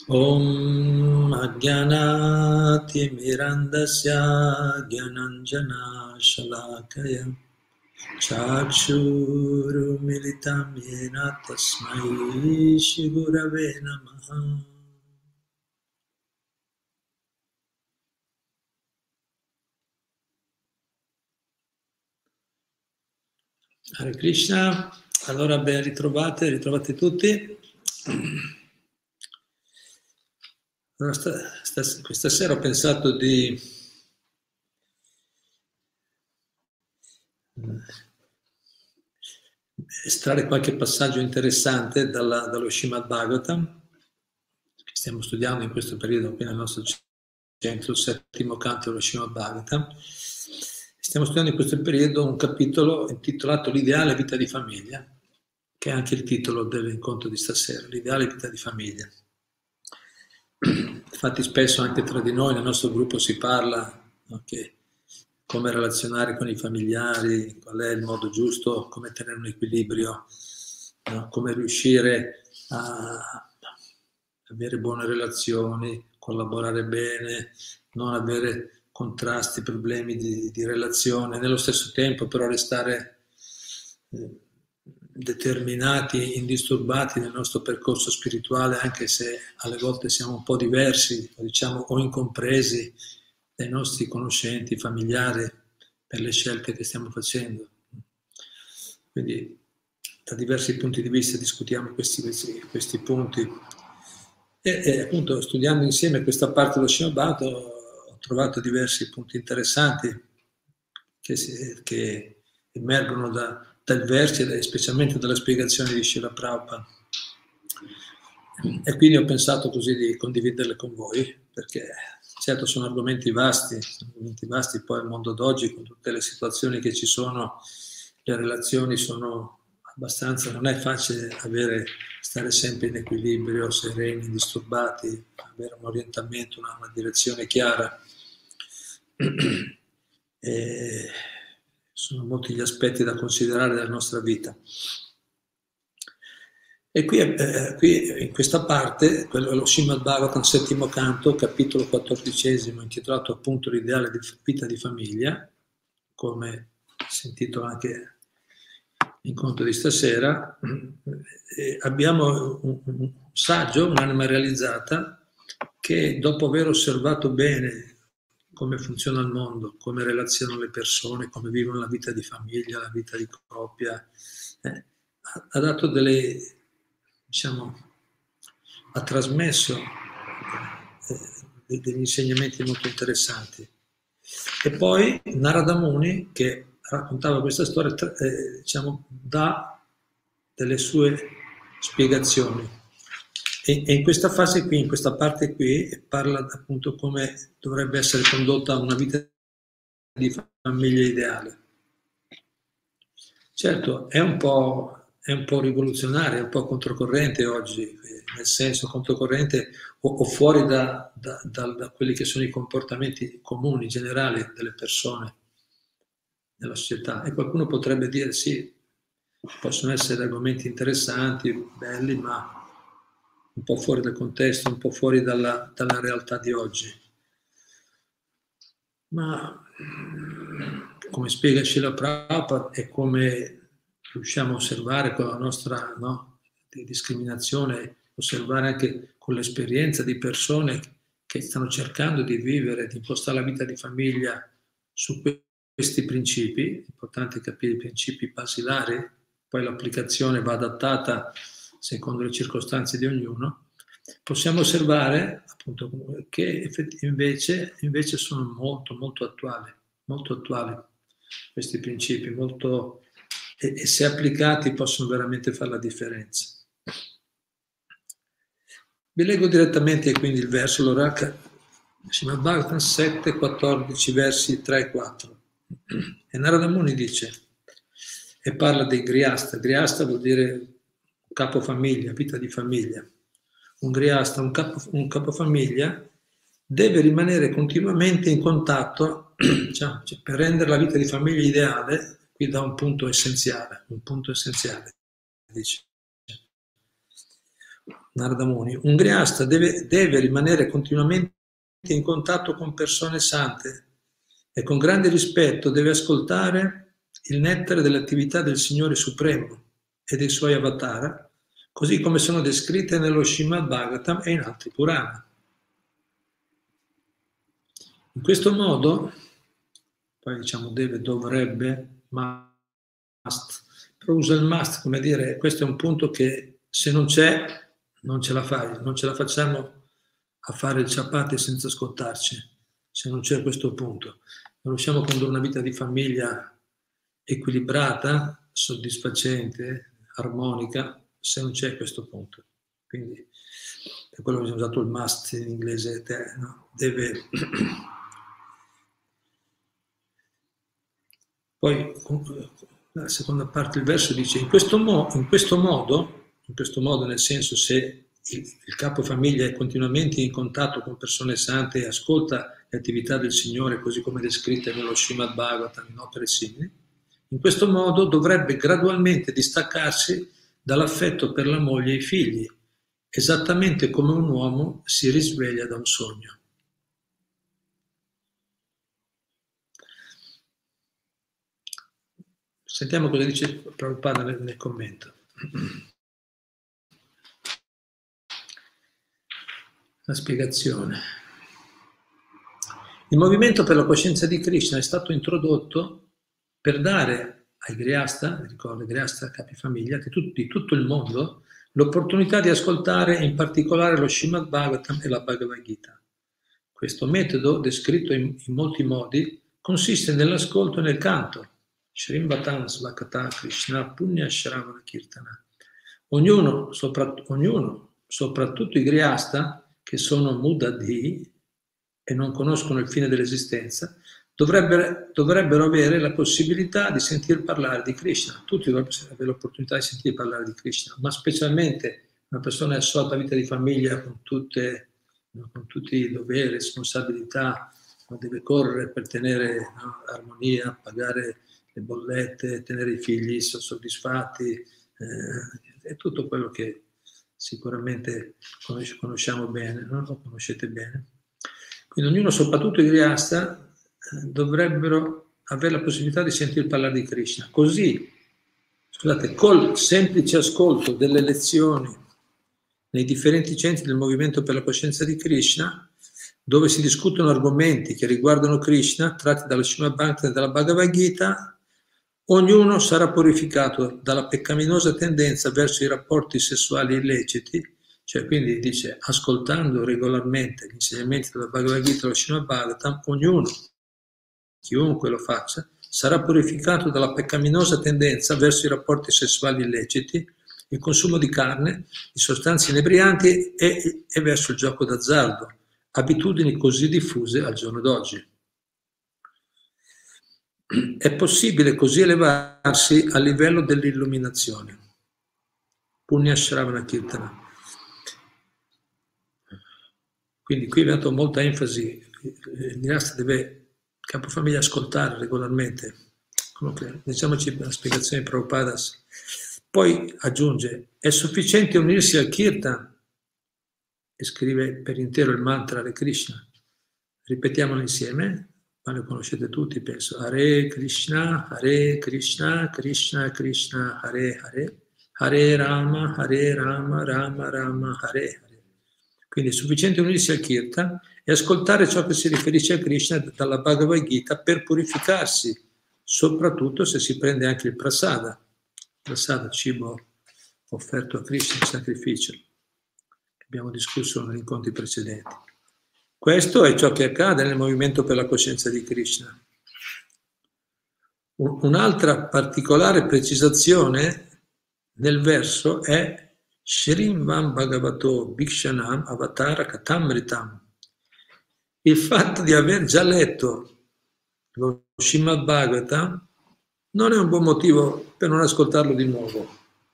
Om Ajnanatimirandasya Gyananjana Shalakaya Chakshurumilitam Yena Tasmai Shri Gurave Namaha. Hare Krishna, allora ben ritrovati tutti. Allora, questa sera ho pensato di estrarre qualche passaggio interessante dallo Srimad Bhagavatam, che stiamo studiando in questo periodo qui nel nostro centro, il settimo canto dello Srimad Bhagavatam. Stiamo studiando in questo periodo un capitolo intitolato L'ideale vita di famiglia, che è anche il titolo dell'incontro di stasera, l'ideale vita di famiglia. Infatti spesso anche tra di noi nel nostro gruppo si parla, no, che come relazionare con i familiari, qual è il modo giusto, come tenere un equilibrio, no, come riuscire a avere buone relazioni, collaborare bene, non avere contrasti, problemi di relazione, nello stesso tempo però restare determinati, indisturbati nel nostro percorso spirituale, anche se alle volte siamo un po' diversi, diciamo, o incompresi dai nostri conoscenti, familiari, per le scelte che stiamo facendo. Quindi da diversi punti di vista discutiamo questi punti. E appunto studiando insieme questa parte dello Srimad Bhagavatam ho trovato diversi punti interessanti che emergono dal verso e specialmente dalla spiegazione di Srila Prabhupada. E quindi ho pensato così di condividerle con voi, perché certo sono argomenti vasti, poi al mondo d'oggi con tutte le situazioni che ci sono, le relazioni sono abbastanza, non è facile stare sempre in equilibrio, sereni, indisturbati, avere un orientamento, una direzione chiara. E sono molti gli aspetti da considerare della nostra vita. E qui in questa parte, quello è lo Srimad Bhagavatam, settimo canto, capitolo 14, intitolato appunto l'ideale di vita di famiglia, come sentito anche l'incontro di stasera. Abbiamo un saggio, un'anima realizzata, che dopo aver osservato bene come funziona il mondo, come relazionano le persone, come vivono la vita di famiglia, la vita di coppia, ha dato ha trasmesso degli insegnamenti molto interessanti. E poi Narada Muni, che raccontava questa storia, dà delle sue spiegazioni. E in questa fase qui, in questa parte qui, parla appunto come dovrebbe essere condotta una vita di famiglia ideale. Certo, è un po' rivoluzionaria, è un po' controcorrente oggi, nel senso controcorrente o fuori da quelli che sono i comportamenti comuni, generali delle persone nella società. E qualcuno potrebbe dire sì, possono essere argomenti interessanti, belli, ma un po' fuori dal contesto, un po' fuori dalla realtà di oggi. Ma come spiega Srila Prabhupada e come riusciamo a osservare con la nostra di discriminazione, osservare anche con l'esperienza di persone che stanno cercando di vivere, di impostare la vita di famiglia su questi principi, è importante capire i principi basilari, poi l'applicazione va adattata secondo le circostanze di ognuno. Possiamo osservare appunto che invece sono molto attuali questi principi, e se applicati possono veramente fare la differenza. Vi leggo direttamente quindi il verso, allora, Srimad Bhagavatam 7, 14, versi 3 e 4. E Narada Muni dice, e parla dei Grihastha. Grihastha vuol dire capofamiglia, vita di famiglia. Un Grihastha, un capofamiglia, deve rimanere continuamente in contatto, per rendere la vita di famiglia ideale, qui da un punto essenziale, dice. Narada Muni, un Grihastha deve rimanere continuamente in contatto con persone sante e con grande rispetto deve ascoltare il nettare dell'attività del Signore Supremo e dei suoi avatar, così come sono descritte nello Srimad Bhagavatam e in altri Purana. In questo modo, poi diciamo dovrebbe, must, però uso il must come dire, questo è un punto che se non c'è, non ce la fai, non ce la facciamo a fare il chapati senza scottarci, se non c'è questo punto. Non riusciamo a condurre una vita di famiglia equilibrata, soddisfacente, armonica, se non c'è questo punto. Quindi, per quello che ho usato il must in inglese, no? Deve... Poi, la seconda parte del verso dice, in questo modo, nel senso se il capofamiglia è continuamente in contatto con persone sante e ascolta le attività del Signore, così come descritte nello Srimad Bhagavatam in opere simili, in questo modo dovrebbe gradualmente distaccarsi dall'affetto per la moglie e i figli, esattamente come un uomo si risveglia da un sogno. Sentiamo cosa dice Prabhupada nel commento. La spiegazione. Il movimento per la coscienza di Krishna è stato introdotto per dare ai Grihastha, ricordo, Grihastha capifamiglia, di tutto il mondo, l'opportunità di ascoltare in particolare lo Srimad Bhagavatam e la Bhagavad Gita. Questo metodo, descritto in molti modi, consiste nell'ascolto e nel canto. Shrimbatan Svakata Krishna Punya Shravana Kirtana. Ognuno, soprattutto i Grihastha, che sono Mudadhi e non conoscono il fine dell'esistenza, dovrebbero avere la possibilità di sentir parlare di Krishna. Tutti dovrebbero avere l'opportunità di sentir parlare di Krishna, ma specialmente una persona assolta a vita di famiglia con tutti i doveri, responsabilità, deve correre per tenere armonia, pagare le bollette, tenere i figli soddisfatti, è tutto quello che sicuramente conosciamo bene, no? Lo conoscete bene. Quindi ognuno, soprattutto i Grihastha, dovrebbero avere la possibilità di sentir parlare di Krishna. Così, scusate, col semplice ascolto delle lezioni nei differenti centri del movimento per la coscienza di Krishna, dove si discutono argomenti che riguardano Krishna, tratti dallo Srimad Bhagavatam e dalla Bhagavad Gita, ognuno sarà purificato dalla peccaminosa tendenza verso i rapporti sessuali illeciti, cioè quindi dice, ascoltando regolarmente gli insegnamenti della Bhagavad Gita e dello Srimad Bhagavatam, ognuno, chiunque lo faccia, sarà purificato dalla peccaminosa tendenza verso i rapporti sessuali illeciti, il consumo di carne, di sostanze inebrianti e verso il gioco d'azzardo, abitudini così diffuse al giorno d'oggi. È possibile così elevarsi a livello dell'illuminazione. Punya Shravana Kirtana. Quindi qui abbiamo dato molta enfasi, il Grihastha deve, capofamiglia, ascoltare regolarmente. Diciamoci la spiegazione di Prabhupada. Poi aggiunge, è sufficiente unirsi al Kirtan e scrive per intero il mantra Hare Krishna. Ripetiamolo insieme. Ma lo conoscete tutti, penso. Hare Krishna, Krishna Krishna, Hare Hare, Hare Rama, Rama Rama, Hare Hare. Quindi è sufficiente unirsi al Kirtan e ascoltare ciò che si riferisce a Krishna dalla Bhagavad Gita per purificarsi, soprattutto se si prende anche il prasada. Prasada, cibo offerto a Krishna in sacrificio, che abbiamo discusso negli incontri precedenti. Questo è ciò che accade nel movimento per la coscienza di Krishna. Un'altra particolare precisazione nel verso è Shrimvam Bhagavato Bhikshanam Avatara Katamritam. Il fatto di aver già letto lo Srimad Bhagavatam non è un buon motivo per non ascoltarlo di nuovo.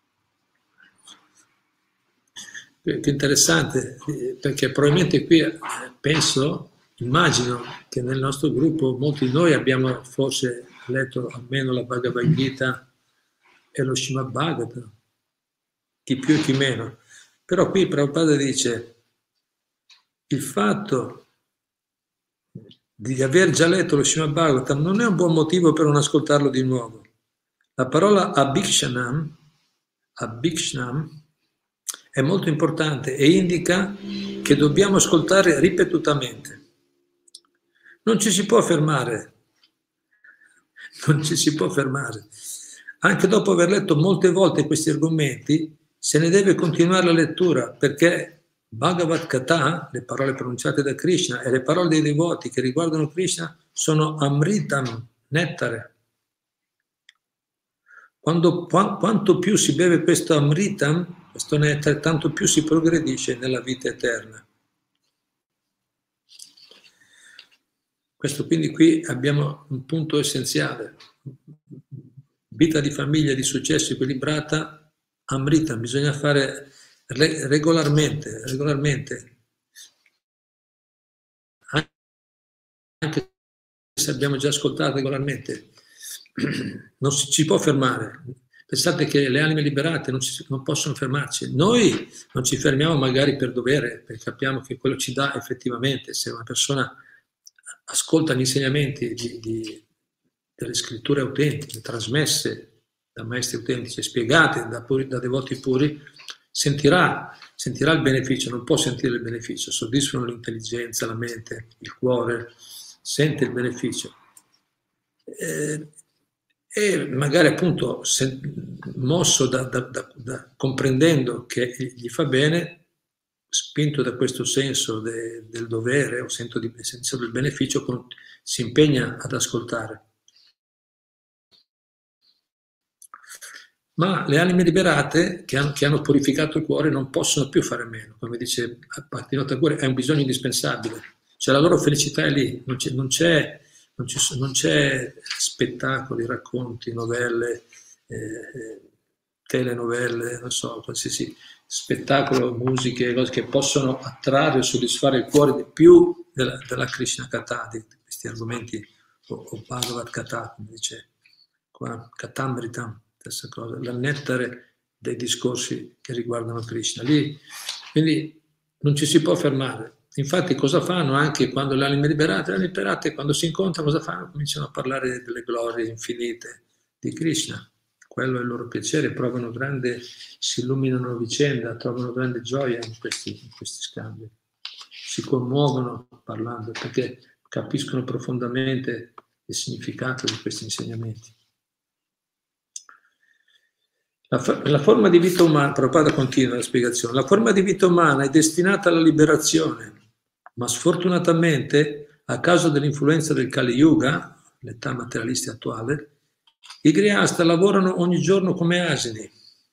Che interessante, perché probabilmente qui immagino che nel nostro gruppo molti di noi abbiamo forse letto almeno la Bhagavad Gita e lo Srimad Bhagavatam, chi più e chi meno. Però qui Prabhupada dice il fatto di aver già letto lo Srimad Bhagavatam non è un buon motivo per non ascoltarlo di nuovo. La parola abhikshanam è molto importante e indica che dobbiamo ascoltare ripetutamente. Non ci si può fermare. Non ci si può fermare. Anche dopo aver letto molte volte questi argomenti, se ne deve continuare la lettura, perché Bhagavad Gita, le parole pronunciate da Krishna e le parole dei devoti che riguardano Krishna sono amritam, nettare. Quanto più si beve questo amritam, questo nettare, tanto più si progredisce nella vita eterna. Questo quindi qui abbiamo un punto essenziale. Vita di famiglia di successo equilibrata, amrita, bisogna fare regolarmente, anche se abbiamo già ascoltato regolarmente, non ci può fermare. Pensate che le anime liberate non possono fermarci. Noi non ci fermiamo magari per dovere, perché capiamo che quello ci dà effettivamente. Se una persona ascolta gli insegnamenti delle scritture autentiche, trasmesse da maestri autentici, spiegate da devoti puri, sentirà il beneficio, non può sentire il beneficio, soddisfano l'intelligenza, la mente, il cuore, sente il beneficio. E magari appunto mosso comprendendo che gli fa bene, spinto da questo senso del dovere o senso del beneficio, si impegna ad ascoltare. Ma le anime liberate che hanno purificato il cuore non possono più fare meno, come dice Bhaktivinoda Thakur, è un bisogno indispensabile, cioè la loro felicità è lì, non c'è spettacoli, racconti, novelle, telenovelle, non so, qualsiasi spettacolo, musiche, cose che possono attrarre e soddisfare il cuore di più della Krishna Katha, di questi argomenti, o Bhagavad Gita, come dice qua, Katamritam, stessa cosa, la nettare dei discorsi che riguardano Krishna. Lì, quindi non ci si può fermare. Infatti cosa fanno anche quando le anime liberate quando si incontrano, cosa fanno? Cominciano a parlare delle glorie infinite di Krishna. Quello è il loro piacere, si illuminano a vicenda, trovano grande gioia in questi scambi. Si commuovono parlando perché capiscono profondamente il significato di questi insegnamenti. La forma di vita umana, Prabhupada continua la spiegazione, la forma di vita umana è destinata alla liberazione, ma sfortunatamente, a causa dell'influenza del Kali Yuga, l'età materialista attuale, i grihasta lavorano ogni giorno come asini.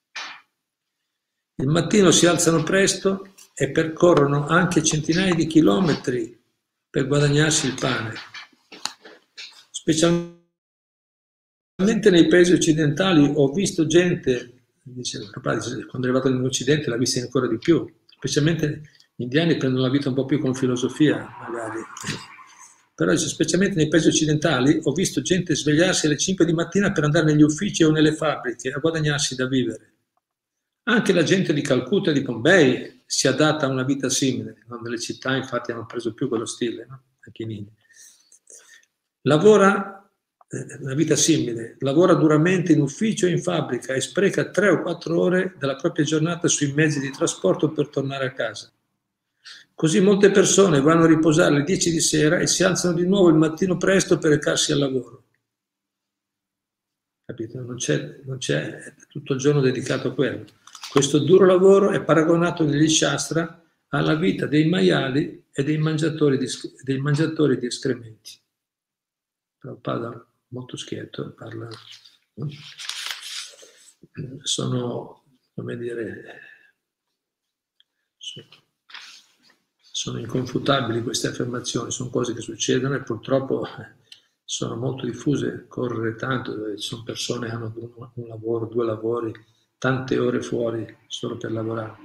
Il mattino si alzano presto e percorrono anche centinaia di chilometri per guadagnarsi il pane. Specialmente nei paesi occidentali ho visto gente, dice quando è arrivato nell'Occidente l'ha vista ancora di più, specialmente gli indiani prendono la vita un po' più con filosofia magari, però specialmente nei paesi occidentali ho visto gente svegliarsi alle 5 di mattina per andare negli uffici o nelle fabbriche a guadagnarsi da vivere. Anche la gente di Calcutta e di Bombay si adatta a una vita simile, nelle città infatti hanno preso più quello stile, no? Anche in India. Lavora una vita simile, lavora duramente in ufficio e in fabbrica e spreca 3 o 4 ore della propria giornata sui mezzi di trasporto per tornare a casa. Così molte persone vanno a riposare alle 10 di sera e si alzano di nuovo il mattino presto per recarsi al lavoro. Capito? Non c'è tutto il giorno dedicato a quello. Questo duro lavoro è paragonato negli Shastra alla vita dei maiali e dei mangiatori di escrementi. Prabhupada molto schietto parla, no? Sono, come dire, sono inconfutabili queste affermazioni, sono cose che succedono e purtroppo sono molto diffuse, correre tanto, dove ci sono persone che hanno un lavoro, 2 lavori, tante ore fuori solo per lavorare.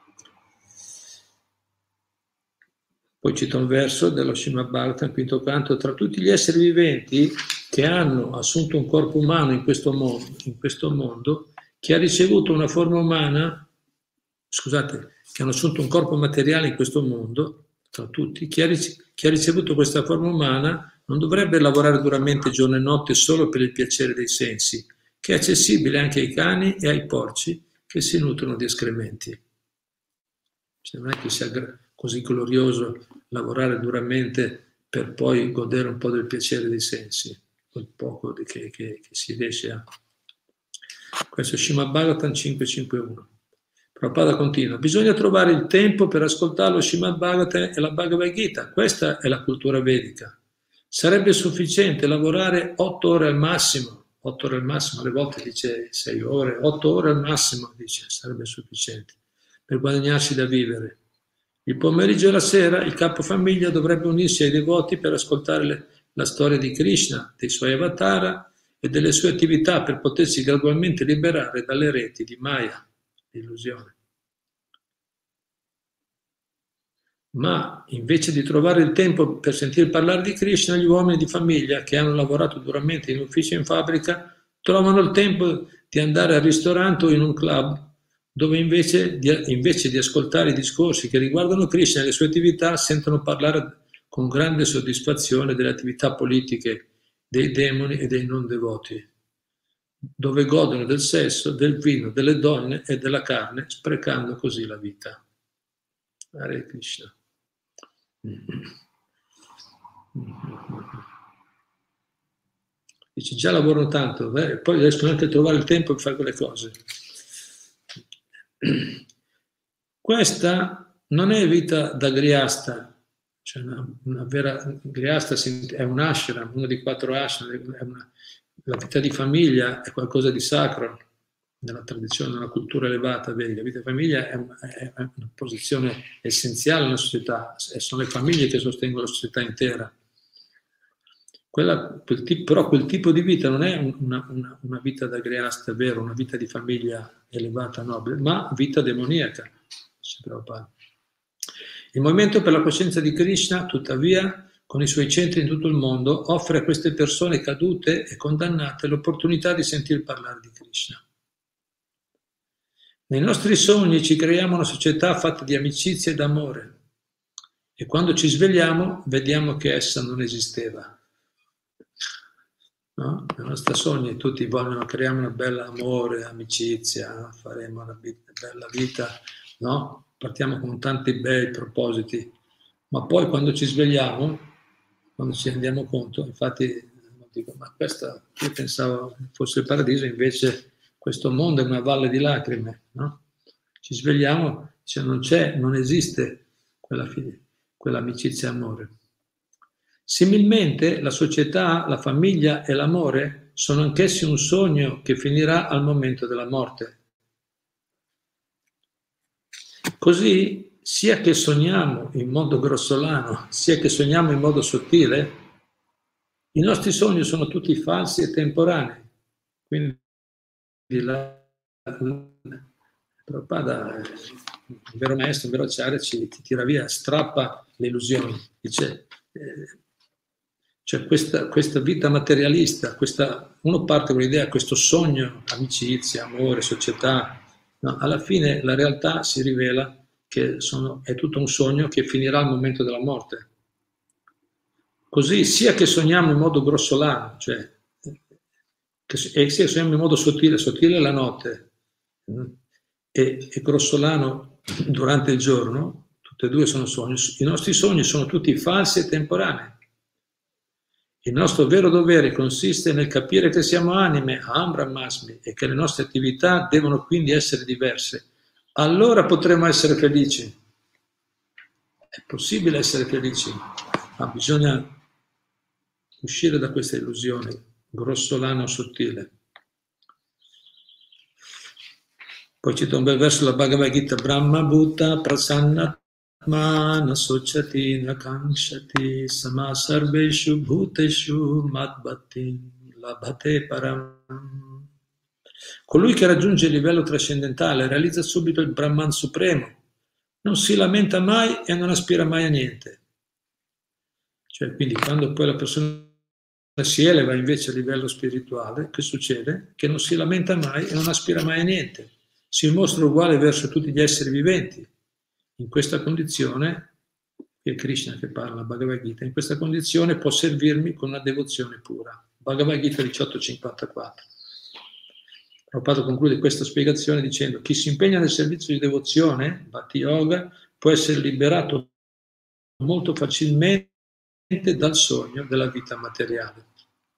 Poi cita un verso dello Srimad Bhagavatam, quinto canto, tra tutti gli esseri viventi che hanno assunto un corpo umano in questo mondo, chi ha ricevuto una forma umana, che hanno assunto un corpo materiale in questo mondo, tra tutti, chi ha ricevuto questa forma umana non dovrebbe lavorare duramente giorno e notte solo per il piacere dei sensi, che è accessibile anche ai cani e ai porci che si nutrono di escrementi. Cioè, non è che sia così glorioso lavorare duramente per poi godere un po' del piacere dei sensi, quel poco che si riesce a... Questo è Srimad Bhagavatam 5.5.1. Prabhupada continua, bisogna trovare il tempo per ascoltare lo Srimad Bhagavatam e la Bhagavad Gita, questa è la cultura vedica. Sarebbe sufficiente lavorare 8 ore al massimo, 8 ore al massimo, alle volte dice 6 ore, 8 ore al massimo, dice, sarebbe sufficiente per guadagnarsi da vivere. Il pomeriggio e la sera il capofamiglia dovrebbe unirsi ai devoti per ascoltare la storia di Krishna, dei suoi avatar e delle sue attività per potersi gradualmente liberare dalle reti di Maya, l'illusione. Ma invece di trovare il tempo per sentir parlare di Krishna, gli uomini di famiglia che hanno lavorato duramente in ufficio e in fabbrica trovano il tempo di andare al ristorante o in un club dove invece di ascoltare i discorsi che riguardano Krishna e le sue attività sentono parlare con grande soddisfazione delle attività politiche dei demoni e dei non devoti, dove godono del sesso, del vino, delle donne e della carne, sprecando così la vita. Hare Krishna. Dice, già lavorano tanto, poi riescono anche a trovare il tempo per fare quelle cose. Questa non è vita da griasta, cioè una vera griasta è un ashram, uno di 4 ashram, la vita di famiglia è qualcosa di sacro nella tradizione, nella cultura elevata vedica. La vita di famiglia è una posizione essenziale nella società, sono le famiglie che sostengono la società intera. Però quel tipo di vita non è una vita da griasta, è vero, una vita di famiglia elevata, nobile, ma vita demoniaca. Il Movimento per la Coscienza di Krishna, tuttavia, con i suoi centri in tutto il mondo, offre a queste persone cadute e condannate l'opportunità di sentir parlare di Krishna. Nei nostri sogni ci creiamo una società fatta di amicizia e d'amore e quando ci svegliamo vediamo che essa non esisteva. No? Nei nostri sogni tutti vogliono creare una bella amore, amicizia, faremo una bella vita, no? Partiamo con tanti bei propositi, ma poi quando ci svegliamo, quando ci rendiamo conto, infatti dico, ma questa, io pensavo fosse il paradiso, invece questo mondo è una valle di lacrime, no? Ci svegliamo, cioè non esiste quell'amicizia e amore. Similmente la società, la famiglia e l'amore sono anch'essi un sogno che finirà al momento della morte. Così, sia che sogniamo in modo grossolano, sia che sogniamo in modo sottile, i nostri sogni sono tutti falsi e temporanei. Quindi Prabhupada, un vero maestro, un vero acciario, ti tira via, strappa le illusioni. Dice, cioè questa vita materialista, uno parte con l'idea, questo sogno, amicizia, amore, società, no, alla fine la realtà si rivela che è tutto un sogno che finirà al momento della morte. Così, sia che sogniamo in modo grossolano, cioè, sia che sogniamo in modo sottile la notte, e grossolano durante il giorno, tutte e due sono sogni, i nostri sogni sono tutti falsi e temporanei. Il nostro vero dovere consiste nel capire che siamo anime, Aham Brahmasmi, e che le nostre attività devono quindi essere diverse. Allora potremo essere felici. È possibile essere felici, ma bisogna uscire da questa illusione grossolana o sottile. Poi cito un bel verso della Bhagavad Gita, Brahma Bhuta Prasanna Mana Sochati Nakanshati Sama Sarveshu Bhuteshu Madbhati Labhate Param. Colui che raggiunge il livello trascendentale realizza subito il Brahman supremo, non si lamenta mai e non aspira mai a niente. Cioè, quindi quando poi la persona si eleva invece a livello spirituale, che succede? Che non si lamenta mai e non aspira mai a niente. Si mostra uguale verso tutti gli esseri viventi in questa condizione, è Krishna che parla, Bhagavad Gita, in questa condizione può servirmi con una devozione pura. Bhagavad Gita 18.54. Prabhupada conclude questa spiegazione dicendo: chi si impegna nel servizio di devozione, Bhakti Yoga, può essere liberato molto facilmente dal sogno della vita materiale.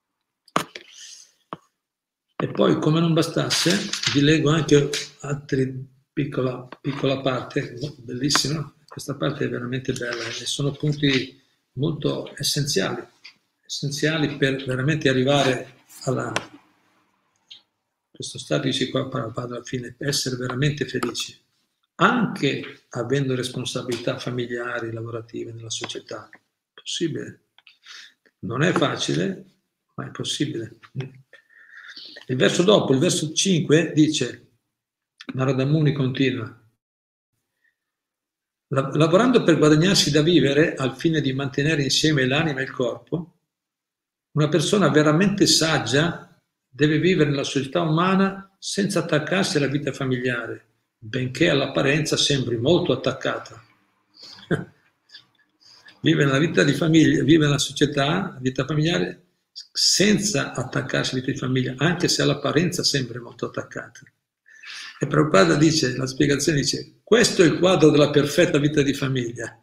E poi, come non bastasse, vi leggo anche altra piccola parte, bellissima. Questa parte è veramente bella e sono punti molto essenziali per veramente arrivare a questo stato di qua alla fine, essere veramente felici, anche avendo responsabilità familiari, lavorative nella società. Possibile. Non è facile, ma è possibile. Il verso dopo, il verso 5, dice, Narada Muni continua: lavorando per guadagnarsi da vivere al fine di mantenere insieme l'anima e il corpo, una persona veramente saggia deve vivere nella società umana senza attaccarsi alla vita familiare, benché all'apparenza sembri molto attaccata. Vive nella vita di famiglia, vive nella società, la vita familiare, senza attaccarsi alla vita di famiglia, anche se all'apparenza sembra molto attaccata. E Prabhupada dice, la spiegazione dice, questo è il quadro della perfetta vita di famiglia.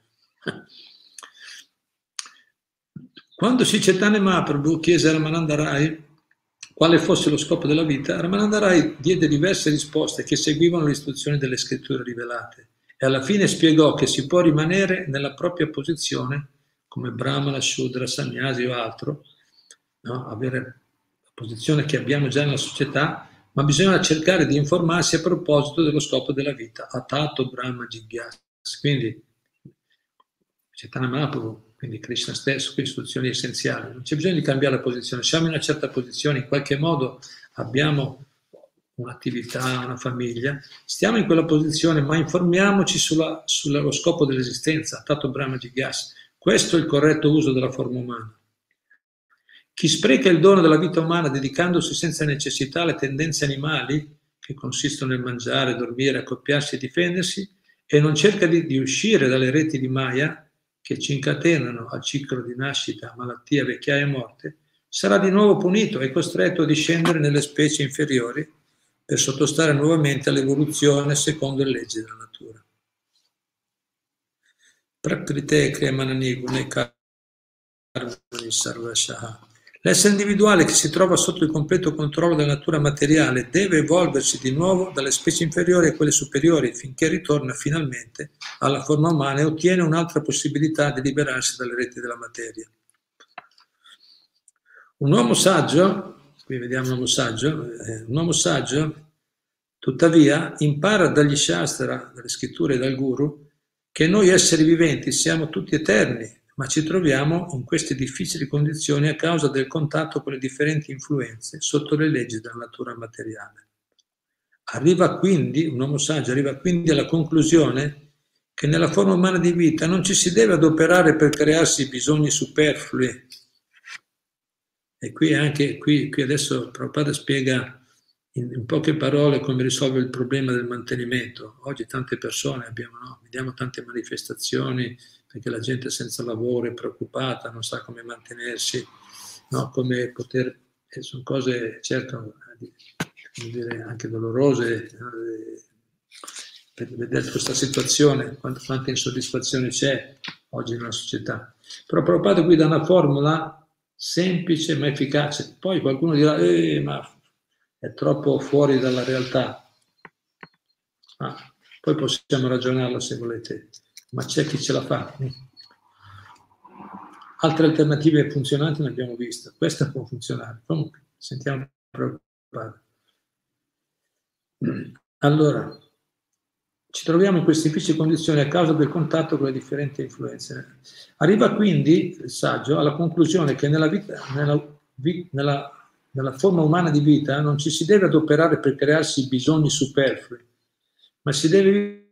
Quando Sri Chaitanya Mahaprabhu chiese a Ramananda Rai quale fosse lo scopo della vita, Ramananda Rai diede diverse risposte che seguivano le istruzioni delle scritture rivelate e alla fine spiegò che si può rimanere nella propria posizione come Brahmana, Shudra, Sannyasi o altro, no? Avere la posizione che abbiamo già nella società, ma bisogna cercare di informarsi a proposito dello scopo della vita, Atato Brahma Jigyasa. Quindi Chaitanya Mahaprabhu, quindi Krishna stesso, istruzioni essenziali. Non c'è bisogno di cambiare la posizione, siamo in una certa posizione, in qualche modo abbiamo un'attività, una famiglia, stiamo in quella posizione, ma informiamoci sullo scopo dell'esistenza, Atato Brahma Jigyasa. Questo è il corretto uso della forma umana. Chi spreca il dono della vita umana dedicandosi senza necessità alle tendenze animali, che consistono nel mangiare, dormire, accoppiarsi e difendersi, e non cerca di uscire dalle reti di Maya, che ci incatenano al ciclo di nascita, malattia, vecchiaia e morte, sarà di nuovo punito e costretto a discendere nelle specie inferiori per sottostare nuovamente all'evoluzione secondo le leggi della natura. Prakrite Kriyamanani Gune Karmani Sarvashaha. L'essere individuale che si trova sotto il completo controllo della natura materiale deve evolversi di nuovo dalle specie inferiori a quelle superiori finché ritorna finalmente alla forma umana e ottiene un'altra possibilità di liberarsi dalle reti della materia. Un uomo saggio, qui vediamo un uomo saggio, tuttavia impara dagli Shastra, dalle scritture e dal Guru, che noi esseri viventi siamo tutti eterni, ma ci troviamo in queste difficili condizioni a causa del contatto con le differenti influenze sotto le leggi della natura materiale. Un uomo saggio arriva quindi alla conclusione che nella forma umana di vita non ci si deve adoperare per crearsi bisogni superflui. E qui adesso Prabhupada spiega in poche parole come risolve il problema del mantenimento. Oggi tante persone vediamo tante manifestazioni perché la gente è senza lavoro, è preoccupata, non sa come mantenersi, no? Come poter, sono cose certo dire, anche dolorose, per vedere questa situazione, quanta insoddisfazione c'è oggi nella società. Però Prabhupada qui dà una formula semplice ma efficace. Poi qualcuno dirà, ma è troppo fuori dalla realtà. Poi possiamo ragionarla se volete, ma c'è chi ce la fa. Altre alternative funzionanti ne abbiamo viste, questa può funzionare. Comunque, sentiamo Prabhupada. Allora, ci troviamo in queste difficili condizioni a causa del contatto con le differenti influenze. Arriva quindi il saggio alla conclusione che nella forma umana di vita non ci si deve adoperare per crearsi bisogni superflui, ma si deve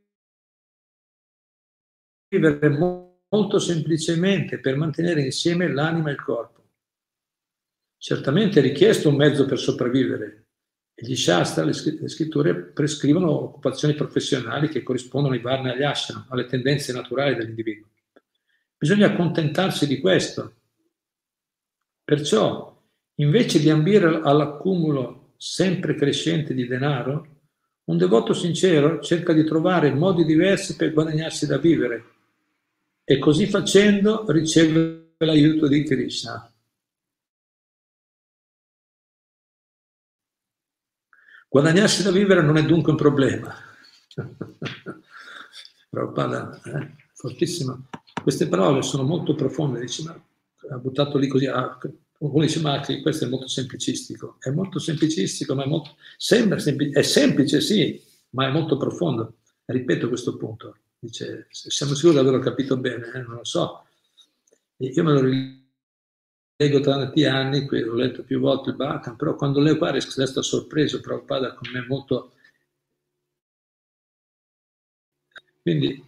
vivere molto semplicemente per mantenere insieme l'anima e il corpo. Certamente è richiesto un mezzo per sopravvivere Gli Shastra, le scritture, prescrivono occupazioni professionali che corrispondono ai varna e agli ashram, alle tendenze naturali dell'individuo. Bisogna accontentarsi di questo. Perciò, invece di ambire all'accumulo sempre crescente di denaro, un devoto sincero cerca di trovare modi diversi per guadagnarsi da vivere e così facendo riceve l'aiuto di Krishna. Guadagnarsi da vivere non è dunque un problema. Prabhupada, fortissimo. Queste parole sono molto profonde, dice, ma ha buttato lì così, uno dice, ma questo è molto semplicistico. È molto semplicistico, ma è molto, sembra semplice, è semplice, sì, ma è molto profondo. Ripeto questo punto. Dice, siamo sicuri di averlo capito bene, non lo so. Io me lo leggo tanti anni, l'ho letto più volte il Bhagavatam, però quando leggo qua resto sorpreso, Prabhupada con me molto. Quindi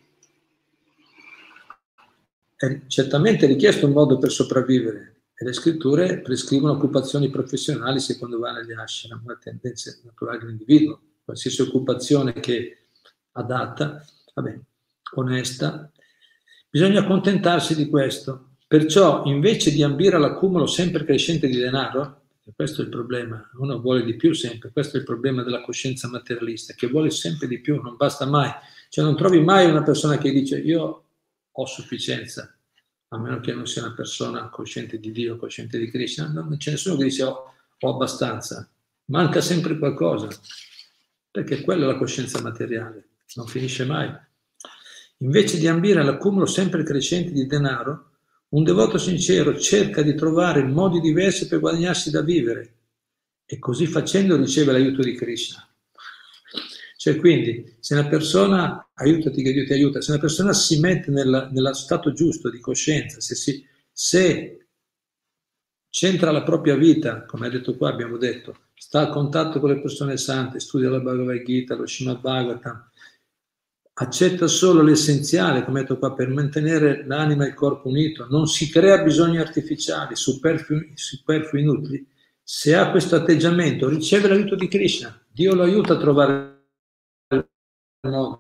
è certamente richiesto un modo per sopravvivere e le scritture prescrivono occupazioni professionali secondo va negli ashram, una tendenza naturale dell'individuo, qualsiasi occupazione che adatta, vabbè, onesta, bisogna accontentarsi di questo. Perciò, invece di ambire all'accumulo sempre crescente di denaro, e questo è il problema, uno vuole di più sempre, questo è il problema della coscienza materialista, che vuole sempre di più, non basta mai. Cioè non trovi mai una persona che dice io ho sufficienza, a meno che non sia una persona cosciente di Dio, cosciente di Krishna, non c'è nessuno che dice ho abbastanza, manca sempre qualcosa, perché quella è la coscienza materiale, non finisce mai. Invece di ambire all'accumulo sempre crescente di denaro, un devoto sincero cerca di trovare modi diversi per guadagnarsi da vivere e così facendo riceve l'aiuto di Krishna. Cioè quindi, se una persona, aiutati che Dio ti aiuta, se una persona si mette nello stato giusto di coscienza, se centra la propria vita, come ha detto qua, abbiamo detto, sta a contatto con le persone sante, studia la Bhagavad Gita, lo Srimad Bhagavatam, accetta solo l'essenziale, come ha detto qua, per mantenere l'anima e il corpo unito, non si crea bisogni artificiali, superflui inutili. Se ha questo atteggiamento, riceve l'aiuto di Krishna, Dio lo aiuta a trovare il modo,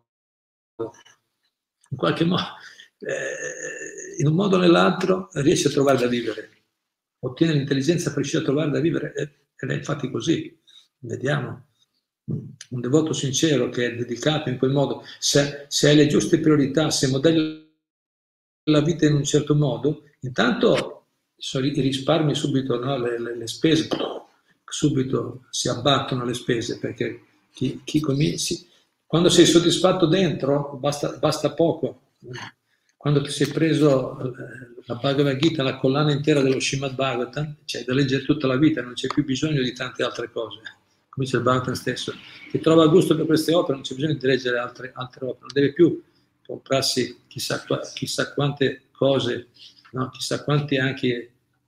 in qualche modo, in un modo o nell'altro riesce a trovare da vivere, ottiene l'intelligenza per riuscire a trovare da vivere, ed è infatti così, vediamo. Un devoto sincero che è dedicato in quel modo, se hai le giuste priorità, se modelli la vita in un certo modo, intanto i risparmi subito, no? le spese subito si abbattono, le spese, perché chi comincia, quando sei soddisfatto dentro basta poco. Quando ti sei preso la Bhagavad Gita, la collana intera dello Srimad Bhagavatam, c'è da leggere tutta la vita, non c'è più bisogno di tante altre cose. Come dice il Bhagavatam stesso, chi trova gusto per queste opere non c'è bisogno di leggere altre opere, non deve più comprarsi chissà quante cose, no? Chissà quanti anche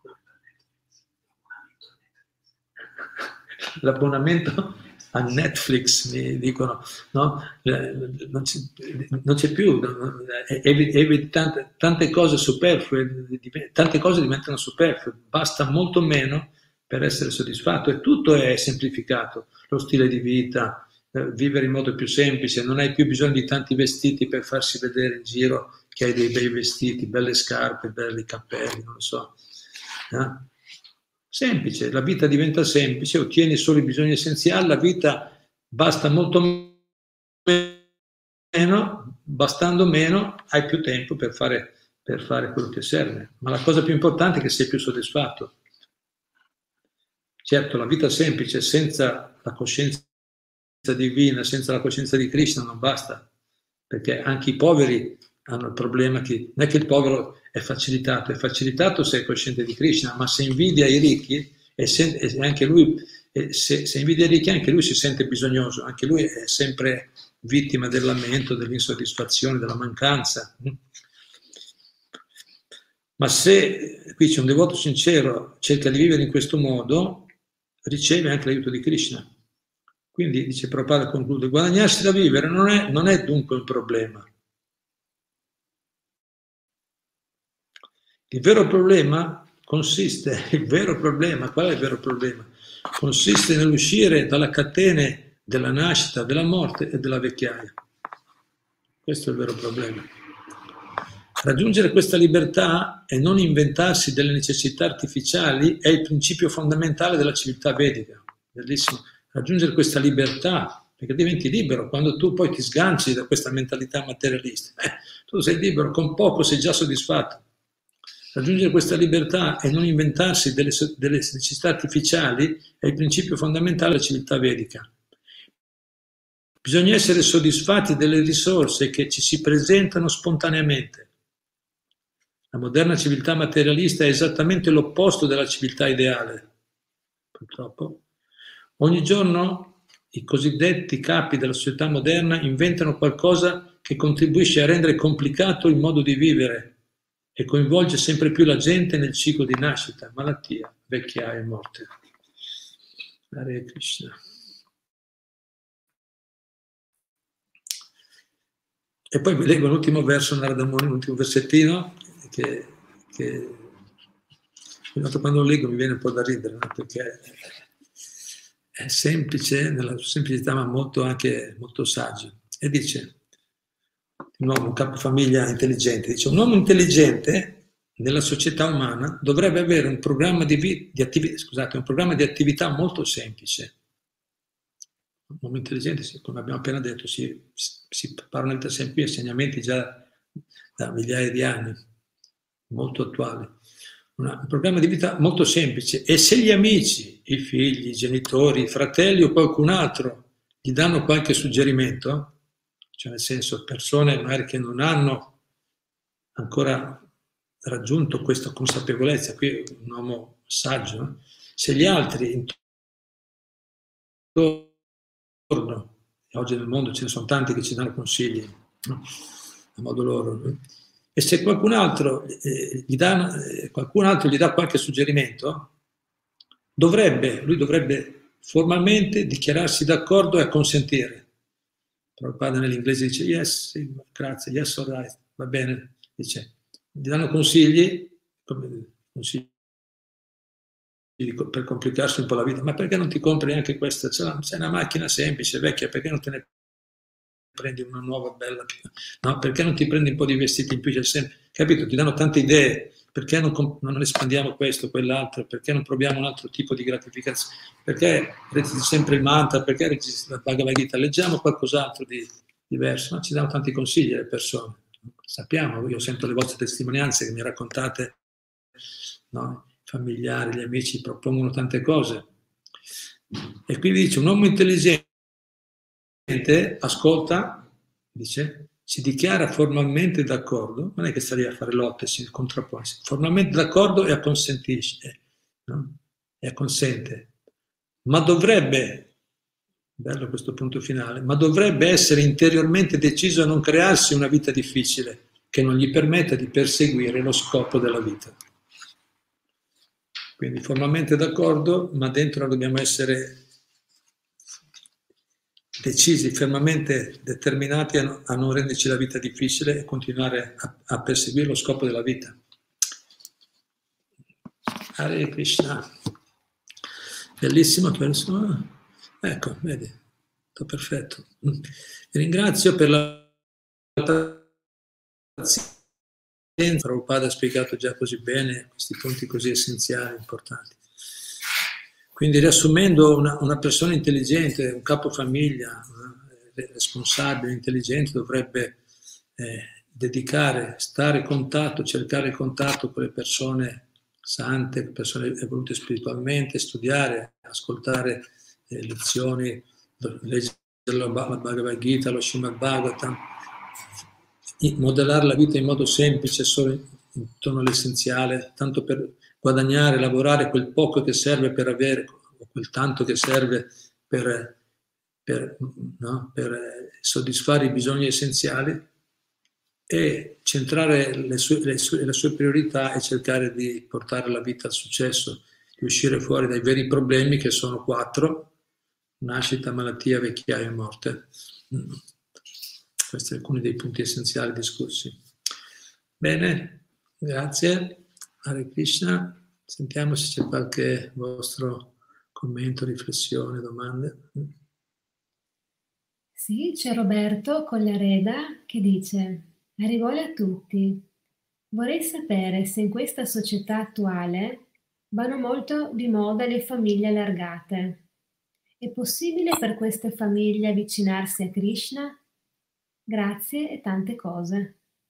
l'abbonamento a Netflix, mi dicono, no? Non c'è più, tante cose superflue, tante cose diventano superflue, basta molto meno per essere soddisfatto e tutto è semplificato, lo stile di vita, vivere in modo più semplice, non hai più bisogno di tanti vestiti per farsi vedere in giro che hai dei bei vestiti, belle scarpe, belli cappelli, non lo so. Semplice, la vita diventa semplice, ottieni solo i bisogni essenziali, la vita basta molto meno, bastando meno hai più tempo per fare quello che serve, ma la cosa più importante è che sei più soddisfatto. Certo, la vita semplice senza la coscienza divina, senza la coscienza di Krishna non basta, perché anche i poveri hanno il problema che non è che il povero è facilitato se è cosciente di Krishna, ma se invidia i ricchi e anche lui, se invidia i ricchi anche lui si sente bisognoso, anche lui è sempre vittima del lamento, dell'insoddisfazione, della mancanza. Ma se qui c'è un devoto sincero, cerca di vivere in questo modo, riceve anche l'aiuto di Krishna. Quindi, dice Prabhupada, conclude, guadagnarsi da vivere non è dunque un problema. Il vero problema consiste, il vero problema, qual è il vero problema? Consiste nell'uscire dalla catene della nascita, della morte e della vecchiaia. Questo è il vero problema. Raggiungere questa libertà e non inventarsi delle necessità artificiali è il principio fondamentale della civiltà vedica. Bellissimo. Raggiungere questa libertà, perché diventi libero quando tu poi ti sganci da questa mentalità materialista. Tu sei libero, con poco sei già soddisfatto. Raggiungere questa libertà e non inventarsi delle necessità artificiali è il principio fondamentale della civiltà vedica. Bisogna essere soddisfatti delle risorse che ci si presentano spontaneamente. La moderna civiltà materialista è esattamente l'opposto della civiltà ideale, purtroppo. Ogni giorno i cosiddetti capi della società moderna inventano qualcosa che contribuisce a rendere complicato il modo di vivere e coinvolge sempre più la gente nel ciclo di nascita, malattia, vecchiaia e morte. Hare Krishna. E poi vi leggo l'ultimo verso, Narada Muni, l'ultimo versettino, che quando lo leggo mi viene un po' da ridere, no? Perché è semplice, nella semplicità, ma molto saggio. E dice, un uomo, un capofamiglia intelligente, dice, un uomo intelligente nella società umana dovrebbe avere un programma di attività molto semplice. Un uomo intelligente, come abbiamo appena detto, si parlano sempre più insegnamenti già da migliaia di anni, molto attuali. Un programma di vita molto semplice, e se gli amici, i figli, i genitori, i fratelli o qualcun altro gli danno qualche suggerimento, cioè nel senso persone magari che non hanno ancora raggiunto questa consapevolezza, qui un uomo saggio, no? Se gli altri intorno, oggi nel mondo ce ne sono tanti che ci danno consigli, no? A modo loro, no? E se qualcun altro gli dà qualche suggerimento, lui dovrebbe formalmente dichiararsi d'accordo e acconsentire. Prabhupada nell'inglese dice yes, sì, grazie, yes, all right, va bene, dice, gli danno consigli per complicarsi un po' la vita, ma perché non ti compri anche questa? C'è una macchina semplice, vecchia, perché non te ne prendi una nuova bella, no? Perché non ti prendi un po' di vestiti in più? Capito? Ti danno tante idee, perché non espandiamo questo, quell'altro, perché non proviamo un altro tipo di gratificazione, perché reciti sempre il mantra, perché reciti la Bhagavad Gita, leggiamo qualcos'altro di diverso, no? Ci danno tanti consigli alle persone, sappiamo, io sento le vostre testimonianze che mi raccontate, no? I familiari, gli amici propongono tante cose, e quindi dice un uomo intelligente ascolta, dice, si dichiara formalmente d'accordo, non è che sta lì a fare lotte, si contrappone, formalmente d'accordo e acconsentisce, no? E acconsente, ma dovrebbe, bello questo punto finale, ma dovrebbe essere interiormente deciso a non crearsi una vita difficile che non gli permetta di perseguire lo scopo della vita. Quindi formalmente d'accordo, ma dentro dobbiamo essere decisi, fermamente determinati a non renderci la vita difficile e continuare a perseguire lo scopo della vita. Hare Krishna. Bellissimo questo. Ecco, vedi, tutto perfetto. Vi ringrazio per la pazienza. Prabhupada ha spiegato già così bene questi punti così essenziali, importanti. Quindi riassumendo, una persona intelligente, un capofamiglia, responsabile, intelligente, dovrebbe dedicare, stare in contatto, cercare il contatto con le persone sante, persone evolute spiritualmente, studiare, ascoltare lezioni, leggere la Bhagavad Gita, lo Srimad Bhagavatam, modellare la vita in modo semplice, solo intorno all'essenziale, tanto per guadagnare, lavorare quel poco che serve per avere, o quel tanto che serve per soddisfare i bisogni essenziali, e centrare le sue priorità e cercare di portare la vita al successo, di uscire fuori dai veri problemi, che sono 4: nascita, malattia, vecchiaia e morte. Questi sono alcuni dei punti essenziali discussi. Bene, grazie. Hare Krishna. Sentiamo se c'è qualche vostro commento, riflessione, domande. Sì, c'è Roberto Collareda che dice: Arrivole a tutti. Vorrei sapere se in questa società attuale vanno molto di moda le famiglie allargate. È possibile per queste famiglie avvicinarsi a Krishna? Grazie e tante cose.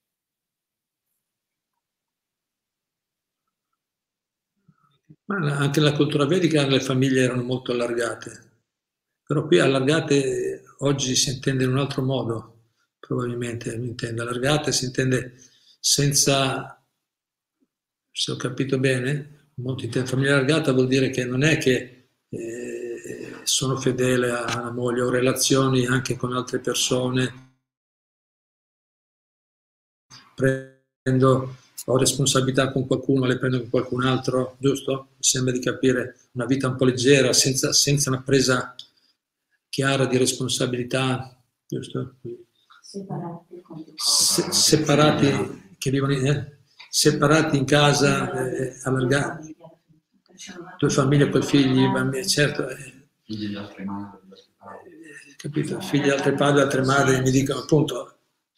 Ma anche nella cultura vedica le famiglie erano molto allargate, però qui allargate oggi si intende in un altro modo, probabilmente mi intende. Allargate si intende senza, se ho capito bene, molti famiglia allargata vuol dire che non è che sono fedele alla moglie, ho relazioni anche con altre persone, ho responsabilità con qualcuno, le prendo con qualcun altro, giusto? Mi sembra di capire una vita un po' leggera, senza una presa chiara di responsabilità, giusto? Separati, che vivono separati in casa, allargati, due famiglie con figli, bambini, certo. Figli di altre madri. Capito? Figli di altre padri, altre madri, mi dicono appunto.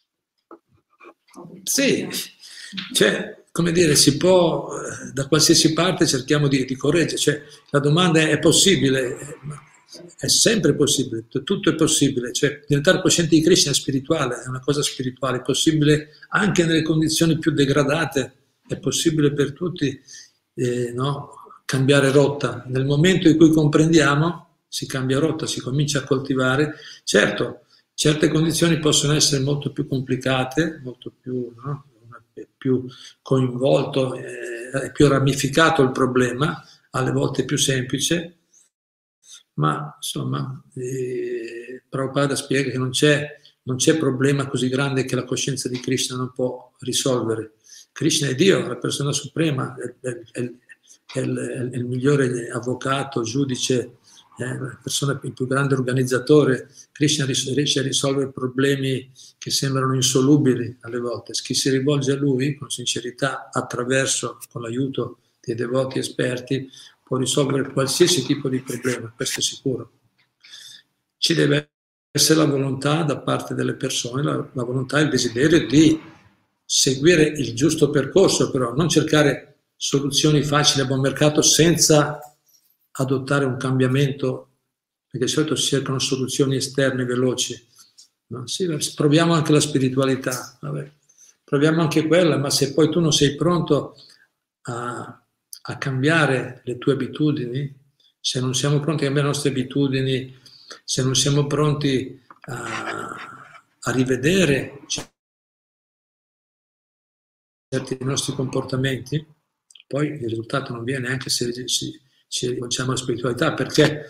Sì, cioè, come dire, si può, da qualsiasi parte cerchiamo di correggere, cioè, la domanda è possibile, è sempre possibile, tutto è possibile, cioè, diventare coscienti di Krishna è spirituale, è una cosa spirituale, è possibile anche nelle condizioni più degradate, è possibile per tutti no? Cambiare rotta. Nel momento in cui comprendiamo, si cambia rotta, si comincia a coltivare, certo, certe condizioni possono essere molto più complicate, molto più, no? Più coinvolto, più ramificato il problema, alle volte più semplice, ma insomma Prabhupada spiega che non c'è problema così grande che la coscienza di Krishna non può risolvere. Krishna è Dio, la persona suprema, è il migliore avvocato, giudice, la persona, il più grande organizzatore. Krishna riesce a risolvere problemi che sembrano insolubili alle volte. Chi si rivolge a lui con sincerità, con l'aiuto dei devoti esperti, può risolvere qualsiasi tipo di problema, questo è sicuro. Ci deve essere la volontà da parte delle persone, la volontà e il desiderio di seguire il giusto percorso, però non cercare soluzioni facili a buon mercato senza adottare un cambiamento, perché di solito si cercano soluzioni esterne veloci. No? Sì, proviamo anche la spiritualità, vabbè. Proviamo anche quella, ma se poi tu non sei pronto a cambiare le tue abitudini, se non siamo pronti a cambiare le nostre abitudini, se non siamo pronti a rivedere certi nostri comportamenti, poi il risultato non viene anche se ci rivolgiamo alla spiritualità, perché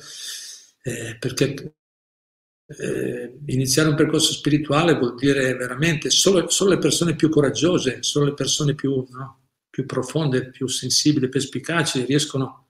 iniziare un percorso spirituale vuol dire veramente solo le persone più coraggiose, solo le persone più profonde, più sensibili, perspicaci riescono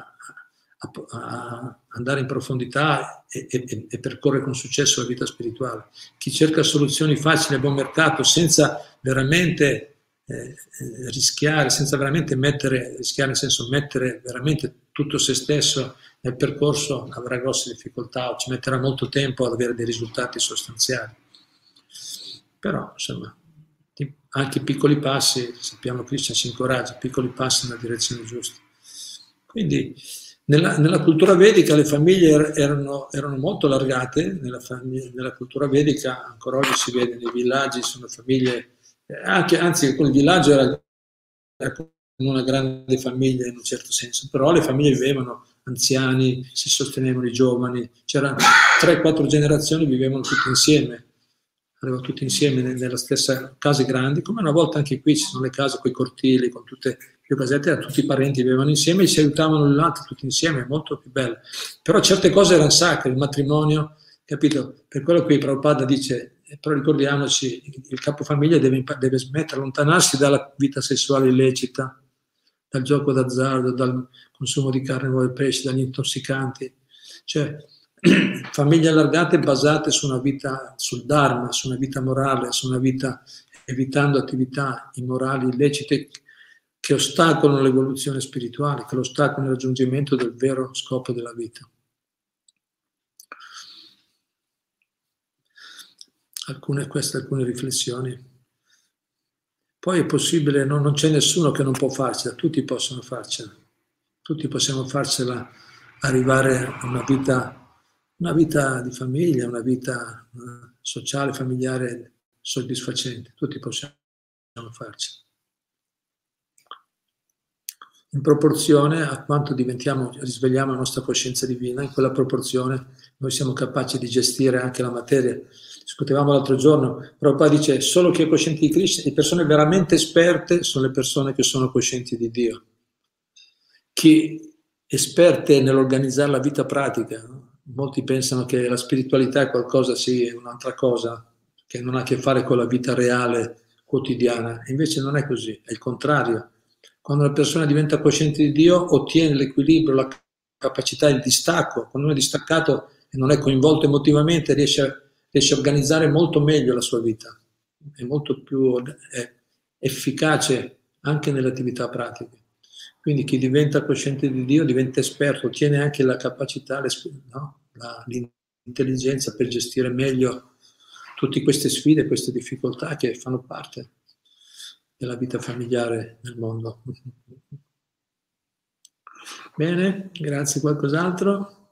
a andare in profondità e percorrere con successo la vita spirituale. Chi cerca soluzioni facili a buon mercato senza veramente rischiare, senza veramente rischiare nel senso mettere veramente tutto se stesso nel percorso, avrà grosse difficoltà o ci metterà molto tempo ad avere dei risultati sostanziali. Però insomma anche piccoli passi, sappiamo che Krishna ci incoraggia, piccoli passi nella direzione giusta. Quindi nella cultura vedica le famiglie erano molto allargate, nella cultura vedica ancora oggi si vede nei villaggi, sono famiglie, anzi quel villaggio era come una grande famiglia in un certo senso, però le famiglie vivevano, anziani, si sostenevano i giovani, c'erano 3-4 generazioni, vivevano tutti insieme. Arrivano tutti insieme nella stessa case grandi, come una volta anche qui ci sono le case con i cortili, con tutte le casette, tutti i parenti vivevano insieme e si aiutavano l'un l'altro tutti insieme, è molto più bello. Però certe cose erano sacre, il matrimonio, capito? Per quello qui Prabhupada dice, però ricordiamoci, il capofamiglia deve smettere, allontanarsi dalla vita sessuale illecita, dal gioco d'azzardo, dal consumo di carne, uova e pesce, dagli intossicanti, cioè famiglie allargate basate su una vita, sul Dharma, su una vita morale, su una vita evitando attività immorali, illecite, che ostacolano l'evoluzione spirituale, che ostacolano il raggiungimento del vero scopo della vita. Queste alcune riflessioni. Poi è possibile, non c'è nessuno che non può farcela, tutti possono farcela, tutti possiamo farcela, arrivare a una vita di famiglia, una vita sociale, familiare soddisfacente, tutti possiamo farcela. In proporzione a quanto risvegliamo la nostra coscienza divina, in quella proporzione noi siamo capaci di gestire anche la materia. Discutevamo l'altro giorno, Prabhupada dice solo chi è cosciente di Krishna, le persone veramente esperte sono le persone che sono coscienti di Dio. Chi esperte nell'organizzare la vita pratica, no? Molti pensano che la spiritualità è qualcosa, sì, è un'altra cosa, che non ha a che fare con la vita reale, quotidiana, e invece non è così, è il contrario. Quando una persona diventa cosciente di Dio, ottiene l'equilibrio, la capacità, il distacco. Quando uno è distaccato e non è coinvolto emotivamente, riesce a organizzare molto meglio la sua vita, è molto più efficace anche nelle attività pratiche. Quindi chi diventa cosciente di Dio diventa esperto, ottiene anche la capacità, l'intelligenza per gestire meglio tutte queste sfide, queste difficoltà che fanno parte della vita familiare nel mondo. Bene, grazie. Qualcos'altro?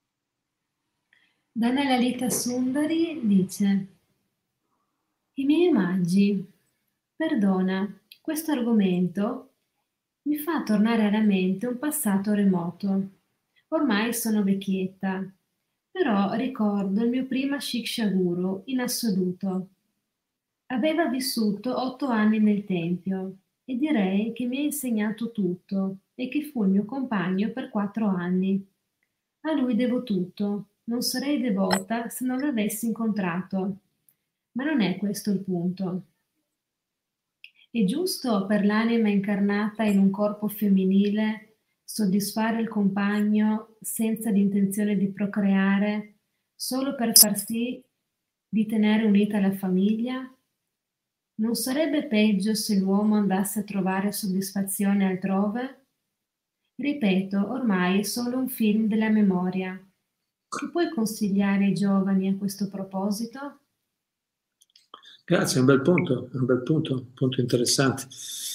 Dana Lalita Sundari dice: i miei omaggi, perdona, questo argomento mi fa tornare alla mente un passato remoto. Ormai sono vecchietta, però ricordo il mio primo Shiksha Guru in assoluto. Aveva vissuto 8 anni nel Tempio e direi che mi ha insegnato tutto e che fu il mio compagno per 4 anni. A lui devo tutto, non sarei devota se non l'avessi incontrato. Ma non è questo il punto. È giusto per l'anima incarnata in un corpo femminile soddisfare il compagno senza l'intenzione di procreare, solo per far sì di tenere unita la famiglia? Non sarebbe peggio se l'uomo andasse a trovare soddisfazione altrove? Ripeto, ormai è solo un film della memoria. Che puoi consigliare ai giovani a questo proposito? Grazie, è un punto interessante.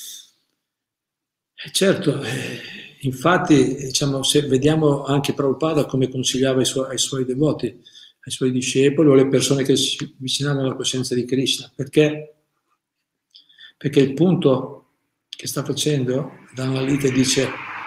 Certo, infatti, diciamo, se vediamo anche Prabhupada come consigliava ai suoi devoti, ai suoi discepoli o alle persone che si avvicinavano alla coscienza di Krishna, perché il punto che sta facendo, Dana Lalita dice,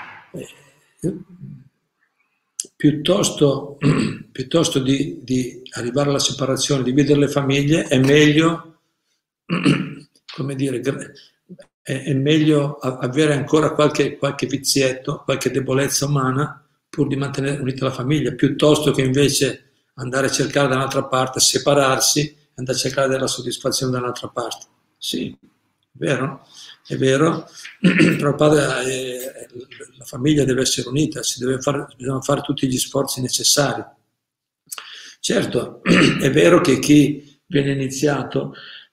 piuttosto di arrivare alla separazione, dividere le famiglie, è meglio, come dire, è meglio avere ancora qualche vizietto, qualche debolezza umana pur di mantenere unita la famiglia, piuttosto che invece andare a cercare da un'altra parte, separarsi, andare a cercare della soddisfazione da un'altra parte. Sì, è vero, Prabhupada, la famiglia deve essere unita, bisogna fare tutti gli sforzi necessari. Certo, è vero che chi viene iniziato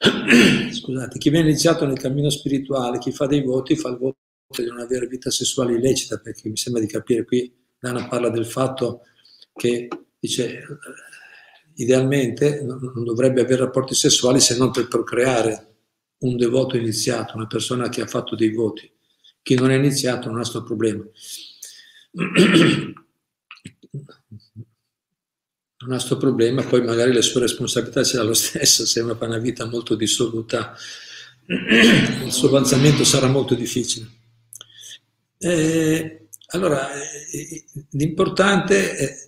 nel cammino spirituale, chi fa dei voti, fa il voto di non avere vita sessuale illecita, perché mi sembra di capire qui, Dana parla del fatto che, dice, idealmente non dovrebbe avere rapporti sessuali se non per procreare. Un devoto iniziato, una persona che ha fatto dei voti. Chi non è iniziato non ha questo problema. Non ha questo problema, poi magari le sue responsabilità ce l'ha lo stesso, se uno fa una vita molto dissoluta, il suo avanzamento sarà molto difficile. Allora, l'importante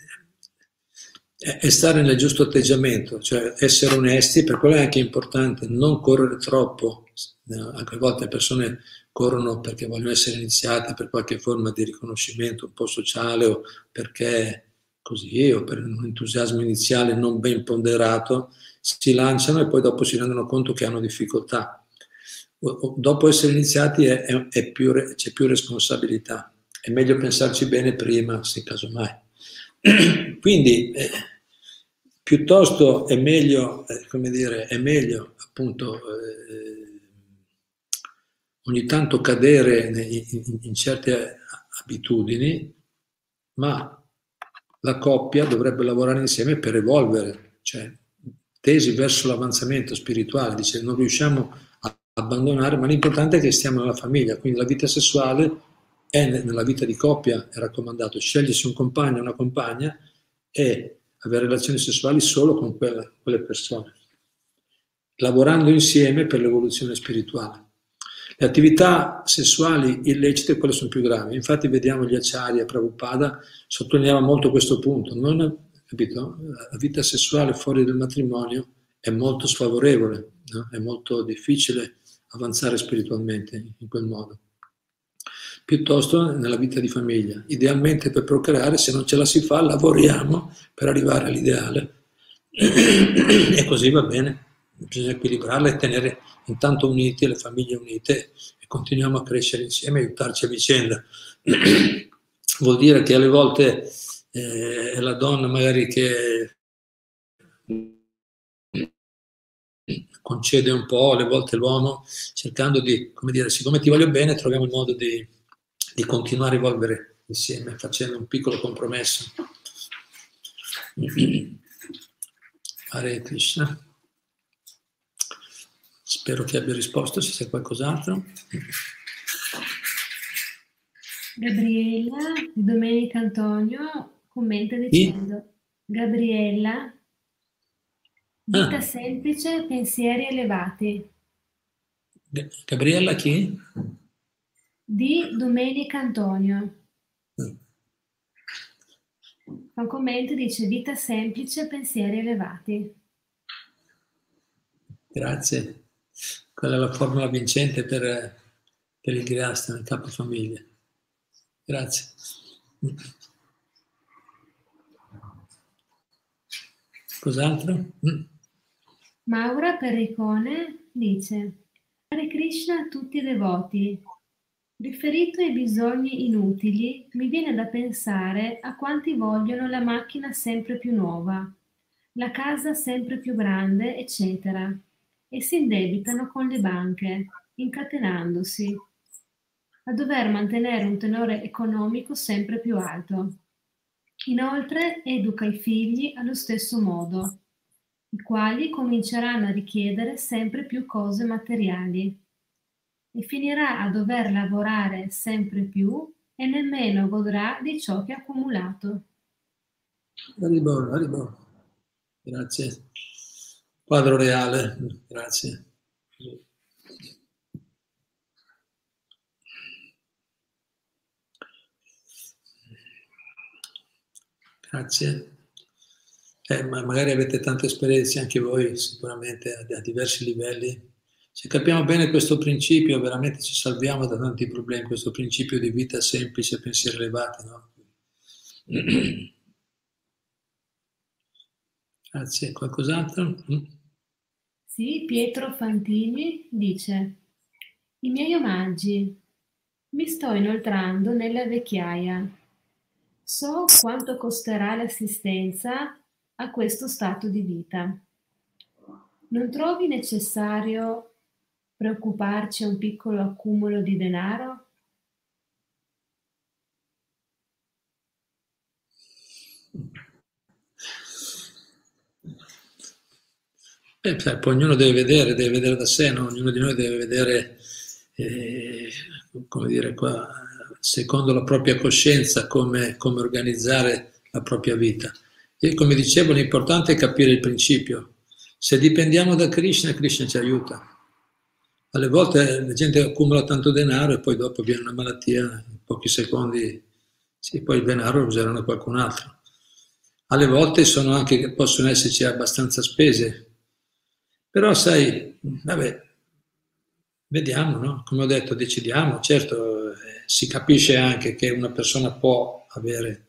è stare nel giusto atteggiamento, cioè essere onesti, per quello è anche importante non correre troppo. Anche a volte le persone corrono perché vogliono essere iniziate per qualche forma di riconoscimento un po' sociale o perché così, o per un entusiasmo iniziale non ben ponderato, si lanciano e poi dopo si rendono conto che hanno difficoltà. Dopo essere iniziati c'è più responsabilità, è meglio pensarci bene prima, se casomai. Quindi piuttosto è meglio appunto ogni tanto cadere in certe abitudini, ma la coppia dovrebbe lavorare insieme per evolvere, cioè tesi verso l'avanzamento spirituale. Dice, non riusciamo a abbandonare, ma l'importante è che stiamo nella famiglia, quindi la vita sessuale è nella vita di coppia, è raccomandato scegliersi un compagno o una compagna e avere relazioni sessuali solo con quelle persone, lavorando insieme per l'evoluzione spirituale. Le attività sessuali illecite, quelle sono più gravi. Infatti vediamo gli Acharya, Prabhupada sottolineava molto questo punto. Capito? La vita sessuale fuori del matrimonio è molto sfavorevole, no? È molto difficile avanzare spiritualmente in quel modo. Piuttosto nella vita di famiglia. Idealmente per procreare, se non ce la si fa, lavoriamo per arrivare all'ideale. E così va bene. Bisogna equilibrarla e tenere intanto uniti, le famiglie unite, e continuiamo a crescere insieme e aiutarci a vicenda. Vuol dire che alle volte è la donna magari che concede un po', alle volte l'uomo, cercando di, come dire, siccome ti voglio bene, troviamo il modo di continuare a evolvere insieme, facendo un piccolo compromesso. Hare Krishna. Spero che abbia risposto, se c'è qualcos'altro. Gabriella di Domenica Antonio commenta dicendo: Gabriella, vita semplice, pensieri elevati. Gabriella chi? Di Domenica Antonio. Fa un commento e dice: vita semplice, pensieri elevati. Grazie. Quella è la formula vincente per il Grihastha nel capofamiglia. Grazie. Cos'altro? Maura Perricone dice: Hare Krishna a tutti i devoti. Riferito ai bisogni inutili, mi viene da pensare a quanti vogliono la macchina sempre più nuova, la casa sempre più grande, eccetera, e si indebitano con le banche, incatenandosi, a dover mantenere un tenore economico sempre più alto. Inoltre educa i figli allo stesso modo, i quali cominceranno a richiedere sempre più cose materiali e finirà a dover lavorare sempre più e nemmeno godrà di ciò che ha accumulato. Haribol. Grazie. Quadro reale, grazie. Grazie. Ma magari avete tante esperienze anche voi, sicuramente a diversi livelli. Se capiamo bene questo principio, veramente ci salviamo da tanti problemi, questo principio di vita semplice, pensieri elevati, no? Grazie. Qualcos'altro? Sì, Pietro Fantini dice: i miei omaggi, mi sto inoltrando nella vecchiaia. So quanto costerà l'assistenza a questo stato di vita. Non trovi necessario preoccuparci a un piccolo accumulo di denaro? Poi ognuno deve vedere da sé, no? Ognuno di noi deve vedere, come dire, qua, secondo la propria coscienza, come organizzare la propria vita. E come dicevo, l'importante è capire il principio. Se dipendiamo da Krishna, Krishna ci aiuta. Alle volte la gente accumula tanto denaro e poi dopo viene una malattia, in pochi secondi, sì, poi il denaro lo useranno qualcun altro. Alle volte possono esserci abbastanza spese. Però sai, vabbè, vediamo, no? Come ho detto, decidiamo. Certo, si capisce anche che una persona può avere,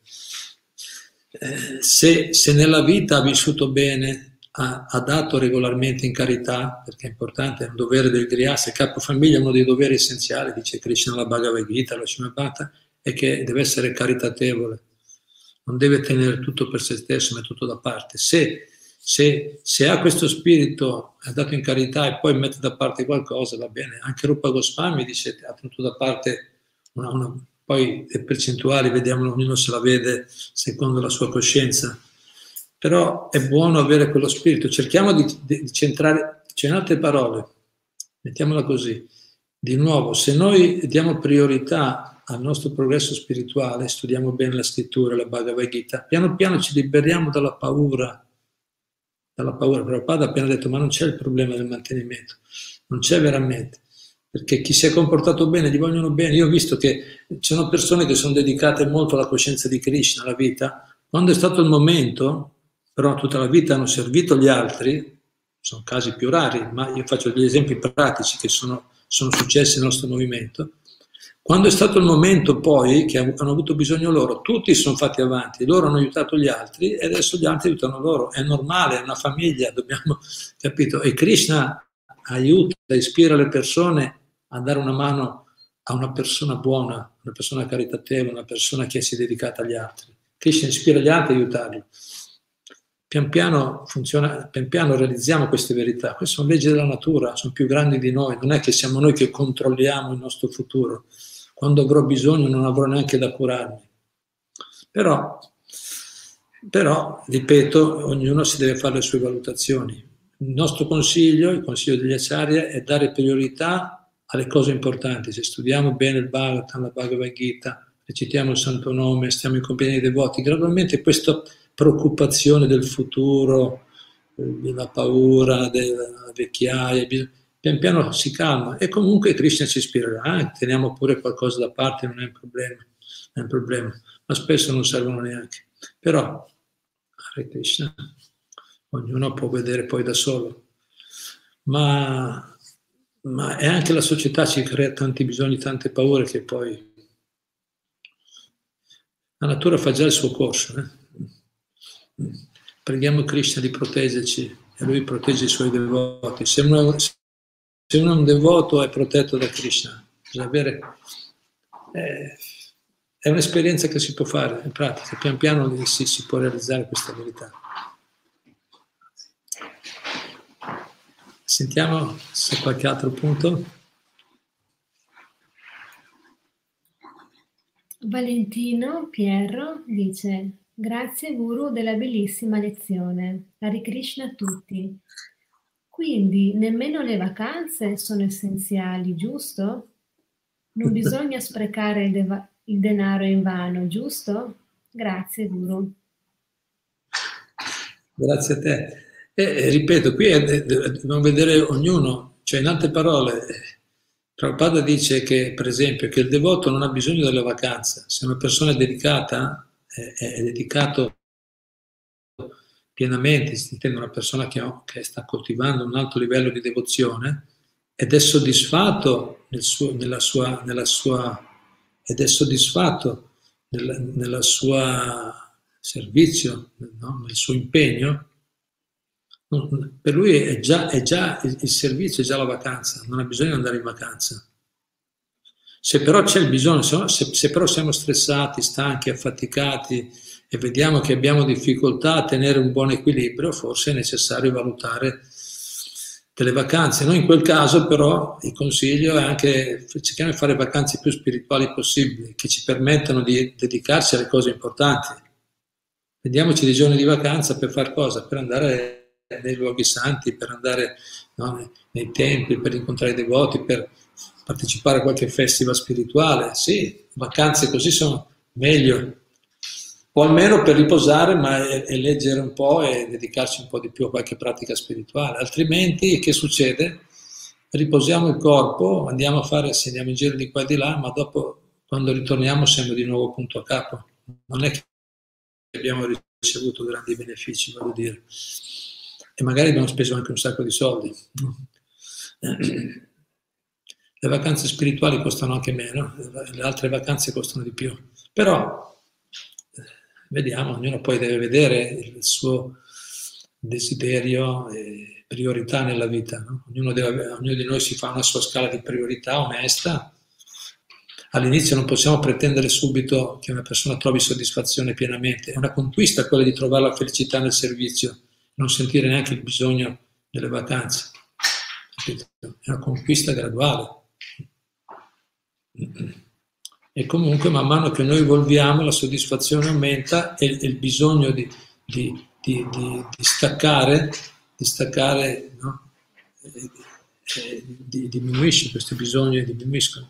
se nella vita ha vissuto bene, ha dato regolarmente in carità, perché è importante, è un dovere del Grihastha, il capofamiglia, uno dei doveri essenziali, dice Krishna nella Bhagavad Gita, lo Srimad, è che deve essere caritatevole, non deve tenere tutto per se stesso, ma tutto da parte. Se Se ha questo spirito, è dato in carità e poi mette da parte qualcosa, va bene. Anche Rupa Goswami dice, ha tenuto da parte poi le percentuali, vediamo, ognuno se la vede secondo la sua coscienza. Però è buono avere quello spirito. Cerchiamo di centrare, cioè in altre parole, mettiamola così, di nuovo, se noi diamo priorità al nostro progresso spirituale, studiamo bene la scrittura, la Bhagavad Gita, piano piano ci liberiamo dalla paura. Prabhupada ha appena detto, ma non c'è il problema del mantenimento, non c'è veramente, perché chi si è comportato bene, gli vogliono bene. Io ho visto che ci sono persone che sono dedicate molto alla coscienza di Krishna, alla vita, quando è stato il momento, però tutta la vita hanno servito gli altri, sono casi più rari, ma io faccio degli esempi pratici che sono successi nel nostro movimento. Quando è stato il momento poi che hanno avuto bisogno loro, tutti si sono fatti avanti, loro hanno aiutato gli altri e adesso gli altri aiutano loro. È normale, è una famiglia, dobbiamo, capito? E Krishna aiuta, ispira le persone a dare una mano a una persona buona, una persona caritatevole, una persona che si è dedicata agli altri. Krishna ispira gli altri a aiutarli. Pian piano funziona, pian piano realizziamo queste verità. Queste sono leggi della natura, sono più grandi di noi, non è che siamo noi che controlliamo il nostro futuro. Quando avrò bisogno non avrò neanche da curarmi. Però, ripeto, ognuno si deve fare le sue valutazioni. Il nostro consiglio, il consiglio degli acharya, è dare priorità alle cose importanti. Se studiamo bene il Bhagavatam, la Bhagavad Gita, recitiamo il Santo Nome, stiamo in compagnia dei devoti, gradualmente questa preoccupazione del futuro, la paura della vecchiaia, pian piano si calma e comunque Krishna ci ispirerà, teniamo pure qualcosa da parte, non è un problema, ma spesso non servono neanche. Però, Hare Krishna, ognuno può vedere poi da solo, ma è anche la società ci crea tanti bisogni, tante paure che poi la natura fa già il suo corso. Preghiamo Krishna di proteggerci e lui protegge i suoi devoti. Se uno è un devoto è protetto da Krishna. È un'esperienza che si può fare in pratica, pian piano si può realizzare questa verità. Sentiamo se qualche altro punto. Valentino Pierro dice: grazie Guru della bellissima lezione. Hare Krishna a tutti. Quindi nemmeno le vacanze sono essenziali, giusto? Non bisogna sprecare il denaro in vano, giusto? Grazie Guru. Grazie a te. Ripeto, qui dobbiamo vedere ognuno, cioè in altre parole, Prabhupada dice che, per esempio, che il devoto non ha bisogno della vacanza. Se una persona è dedicata, è dedicato pienamente, si intende una persona che sta coltivando un alto livello di devozione ed è soddisfatto nel suo servizio, no? Nel suo impegno, per lui è già il servizio, è già la vacanza, non ha bisogno di andare in vacanza. Se però c'è il bisogno, se però siamo stressati, stanchi, affaticati e vediamo che abbiamo difficoltà a tenere un buon equilibrio, forse è necessario valutare delle vacanze. Noi in quel caso però il consiglio è anche cerchiamo di fare vacanze più spirituali possibili, che ci permettano di dedicarci alle cose importanti. Prendiamoci dei giorni di vacanza per fare cosa? Per andare nei luoghi santi, per andare nei templi, per incontrare i devoti, per partecipare a qualche festival spirituale. Sì, vacanze così sono meglio, o almeno per riposare, ma e leggere un po' e dedicarci un po' di più a qualche pratica spirituale. Altrimenti che succede? Riposiamo il corpo, andiamo in giro di qua e di là, ma dopo quando ritorniamo siamo di nuovo punto a capo. Non è che abbiamo ricevuto grandi benefici, voglio dire. E magari abbiamo speso anche un sacco di soldi. Le vacanze spirituali costano anche meno, le altre vacanze costano di più. Però, vediamo, ognuno poi deve vedere il suo desiderio e priorità nella vita. No? Ognuno di noi si fa una sua scala di priorità onesta. All'inizio non possiamo pretendere subito che una persona trovi soddisfazione pienamente. È una conquista quella di trovare la felicità nel servizio. non sentire neanche il bisogno delle vacanze. Capito? È una conquista graduale. E comunque man mano che noi evolviamo la soddisfazione aumenta e il bisogno di staccare, no? Diminuisce, questi bisogni diminuiscono.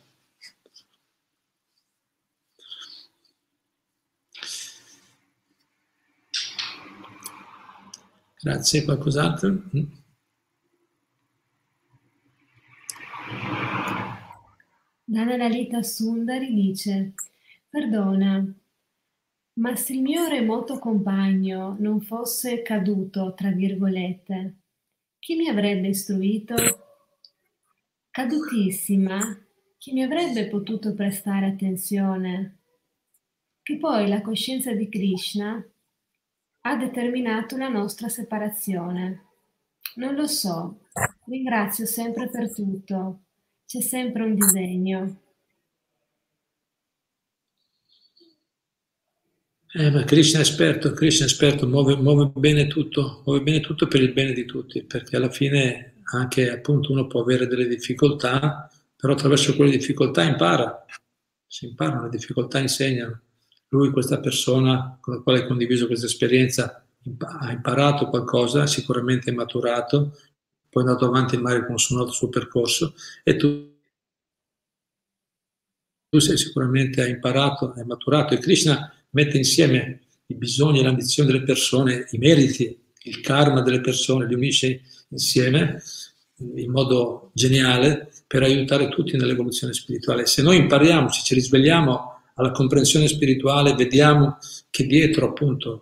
Grazie, qualcos'altro? Nana Lalita Sundari dice: perdona, ma se il mio remoto compagno non fosse caduto, tra virgolette, chi mi avrebbe istruito? Cadutissima, chi mi avrebbe potuto prestare attenzione? Che poi la coscienza di Krishna ha determinato la nostra separazione. Non lo so, ringrazio sempre per tutto. C'è sempre un disegno. Ma Krishna è esperto, muove bene tutto per il bene di tutti, perché alla fine anche appunto uno può avere delle difficoltà, però attraverso quelle difficoltà impara, si imparano, le difficoltà insegnano. Lui, questa persona con la quale hai condiviso questa esperienza, ha imparato qualcosa, sicuramente è maturato, poi è andato avanti magari con il suo percorso, e tu sei sicuramente hai imparato, hai maturato, e Krishna mette insieme i bisogni e le ambizioni delle persone, i meriti, il karma delle persone, li unisce insieme in modo geniale per aiutare tutti nell'evoluzione spirituale. Se noi impariamo, se ci risvegliamo alla comprensione spirituale, vediamo che dietro appunto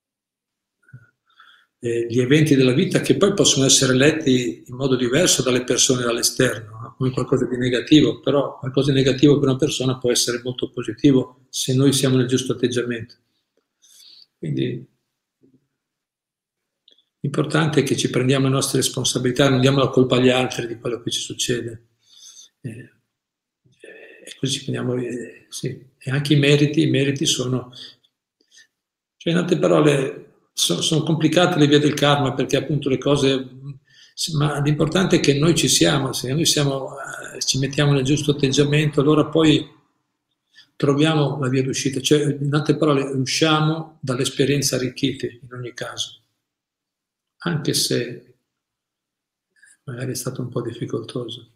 gli eventi della vita, che poi possono essere letti in modo diverso dalle persone dall'esterno, no? Come qualcosa di negativo, però qualcosa di negativo per una persona può essere molto positivo se noi siamo nel giusto atteggiamento. Quindi l'importante è che ci prendiamo le nostre responsabilità, non diamo la colpa agli altri di quello che ci succede. E così prendiamo, sì. E anche i meriti sono, cioè in altre parole, sono complicate le vie del karma, perché appunto le cose, ma l'importante è che noi ci siamo, se noi ci mettiamo nel giusto atteggiamento, allora poi troviamo la via d'uscita, cioè in altre parole usciamo dall'esperienza arricchiti in ogni caso, anche se magari è stato un po' difficoltoso.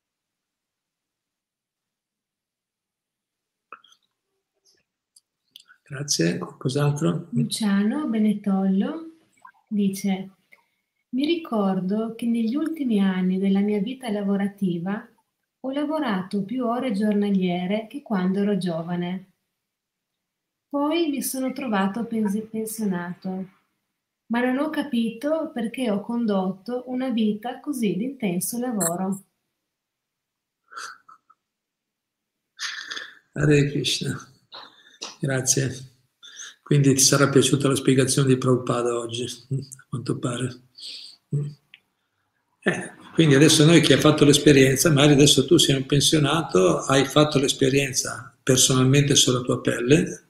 Grazie, qualcos'altro? Luciano Benettollo dice: mi ricordo che negli ultimi anni della mia vita lavorativa ho lavorato più ore giornaliere che quando ero giovane. Poi mi sono trovato pensionato, ma non ho capito perché ho condotto una vita così di intenso lavoro. Hare Krishna. Grazie. Quindi ti sarà piaciuta la spiegazione di Prabhupada oggi, a quanto pare. Quindi adesso noi chi ha fatto l'esperienza, magari adesso tu sei un pensionato, hai fatto l'esperienza personalmente sulla tua pelle,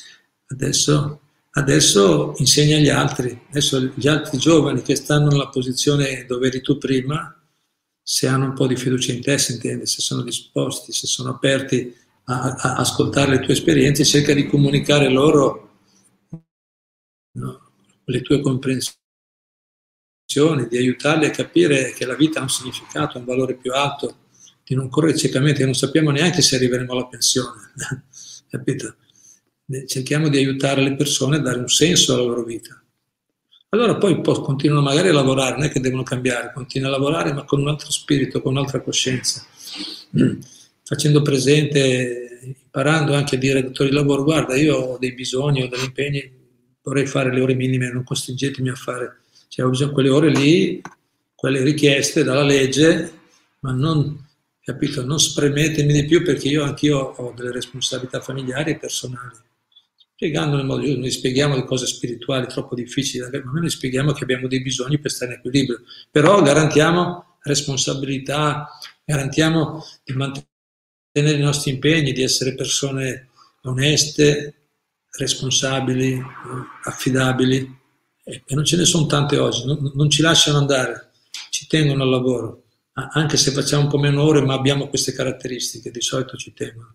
adesso insegna agli altri, adesso gli altri giovani che stanno nella posizione dove eri tu prima, se hanno un po' di fiducia in te, si intende, se sono disposti, se sono aperti a ascoltare le tue esperienze, cerca di comunicare loro, no, le tue comprensioni, di aiutarli a capire che la vita ha un significato, un valore più alto, di non correre ciecamente, non sappiamo neanche se arriveremo alla pensione, capito? Cerchiamo di aiutare le persone a dare un senso alla loro vita. Allora poi continuano magari a lavorare, non è che devono cambiare, continuano a lavorare ma con un altro spirito, con un'altra coscienza, facendo presente, imparando anche a dire al datore di lavoro: guarda, io ho dei bisogni, ho degli impegni, vorrei fare le ore minime, non costringetemi a fare, cioè ho bisogno di quelle ore lì, quelle richieste dalla legge, ma non, capito, non spremetemi di più, perché anch'io ho delle responsabilità familiari e personali. Spiegando nel modo giusto, noi spieghiamo le cose spirituali troppo difficili, ma noi spieghiamo che abbiamo dei bisogni per stare in equilibrio, però garantiamo responsabilità, garantiamo di mantenere i nostri impegni, di essere persone oneste, responsabili, affidabili, e non ce ne sono tante oggi, non ci lasciano andare, ci tengono al lavoro, anche se facciamo un po' meno ore, ma abbiamo queste caratteristiche, di solito ci tengono.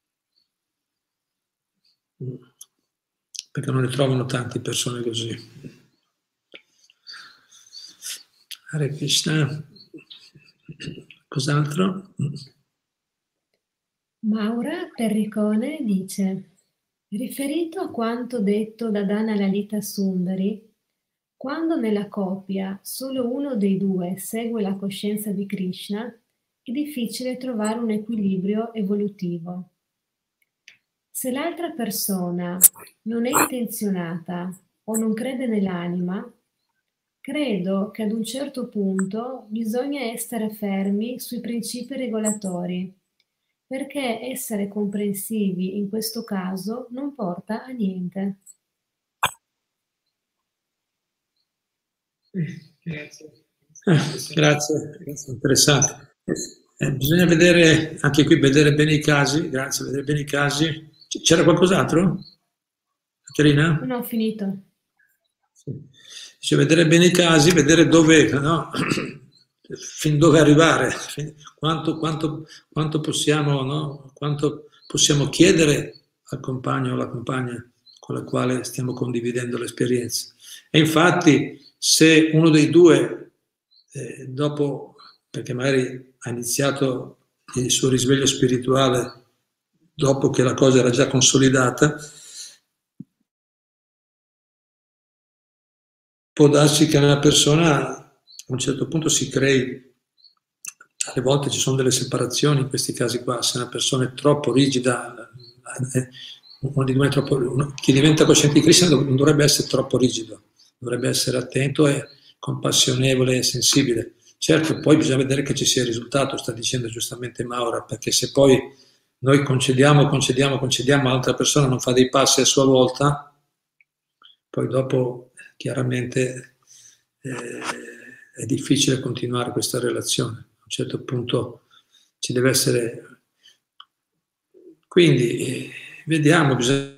Perché non ne trovano tante persone così. Hare Krishna. Cos'altro? Maura Perricone dice: riferito a quanto detto da Dana Lalita Sundari, quando nella coppia solo uno dei due segue la coscienza di Krishna, è difficile trovare un equilibrio evolutivo. Se l'altra persona non è intenzionata o non crede nell'anima, credo che ad un certo punto bisogna essere fermi sui principi regolatori, perché essere comprensivi in questo caso non porta a niente. Grazie, interessante. Bisogna vedere, anche qui, vedere bene i casi, grazie, vedere bene i casi. C'era qualcos'altro? Caterina? No, ho finito. Sì. Dice, vedere bene i casi, vedere dove, no? Fin dove arrivare, quanto possiamo, no? Quanto possiamo chiedere al compagno o alla compagna con la quale stiamo condividendo l'esperienza. E infatti, se uno dei due, dopo, perché magari ha iniziato il suo risveglio spirituale dopo che la cosa era già consolidata, può darsi che una persona a un certo punto si crei, alle volte ci sono delle separazioni in questi casi qua, se una persona è troppo rigida, chi diventa cosciente di Krishna non dovrebbe essere troppo rigido, dovrebbe essere attento e compassionevole e sensibile. Certo, poi bisogna vedere che ci sia il risultato, sta dicendo giustamente Maura, perché se poi noi concediamo, l'altra persona non fa dei passi a sua volta, poi dopo chiaramente è difficile continuare questa relazione. A un certo punto ci deve essere. Quindi vediamo, bisogna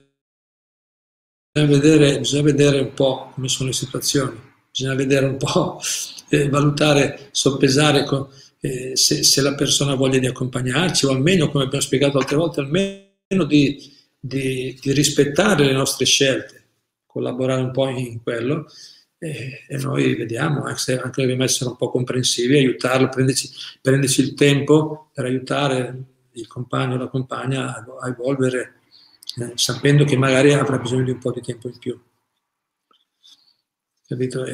vedere un po' come sono le situazioni, bisogna vedere un po', valutare, soppesare se la persona ha voglia di accompagnarci, o almeno, come abbiamo spiegato altre volte, almeno di rispettare le nostre scelte, collaborare un po' in quello, e noi vediamo, anche dobbiamo essere un po' comprensivi, aiutarlo, prenderci il tempo per aiutare il compagno o la compagna a evolvere, sapendo che magari avrà bisogno di un po' di tempo in più. Capito?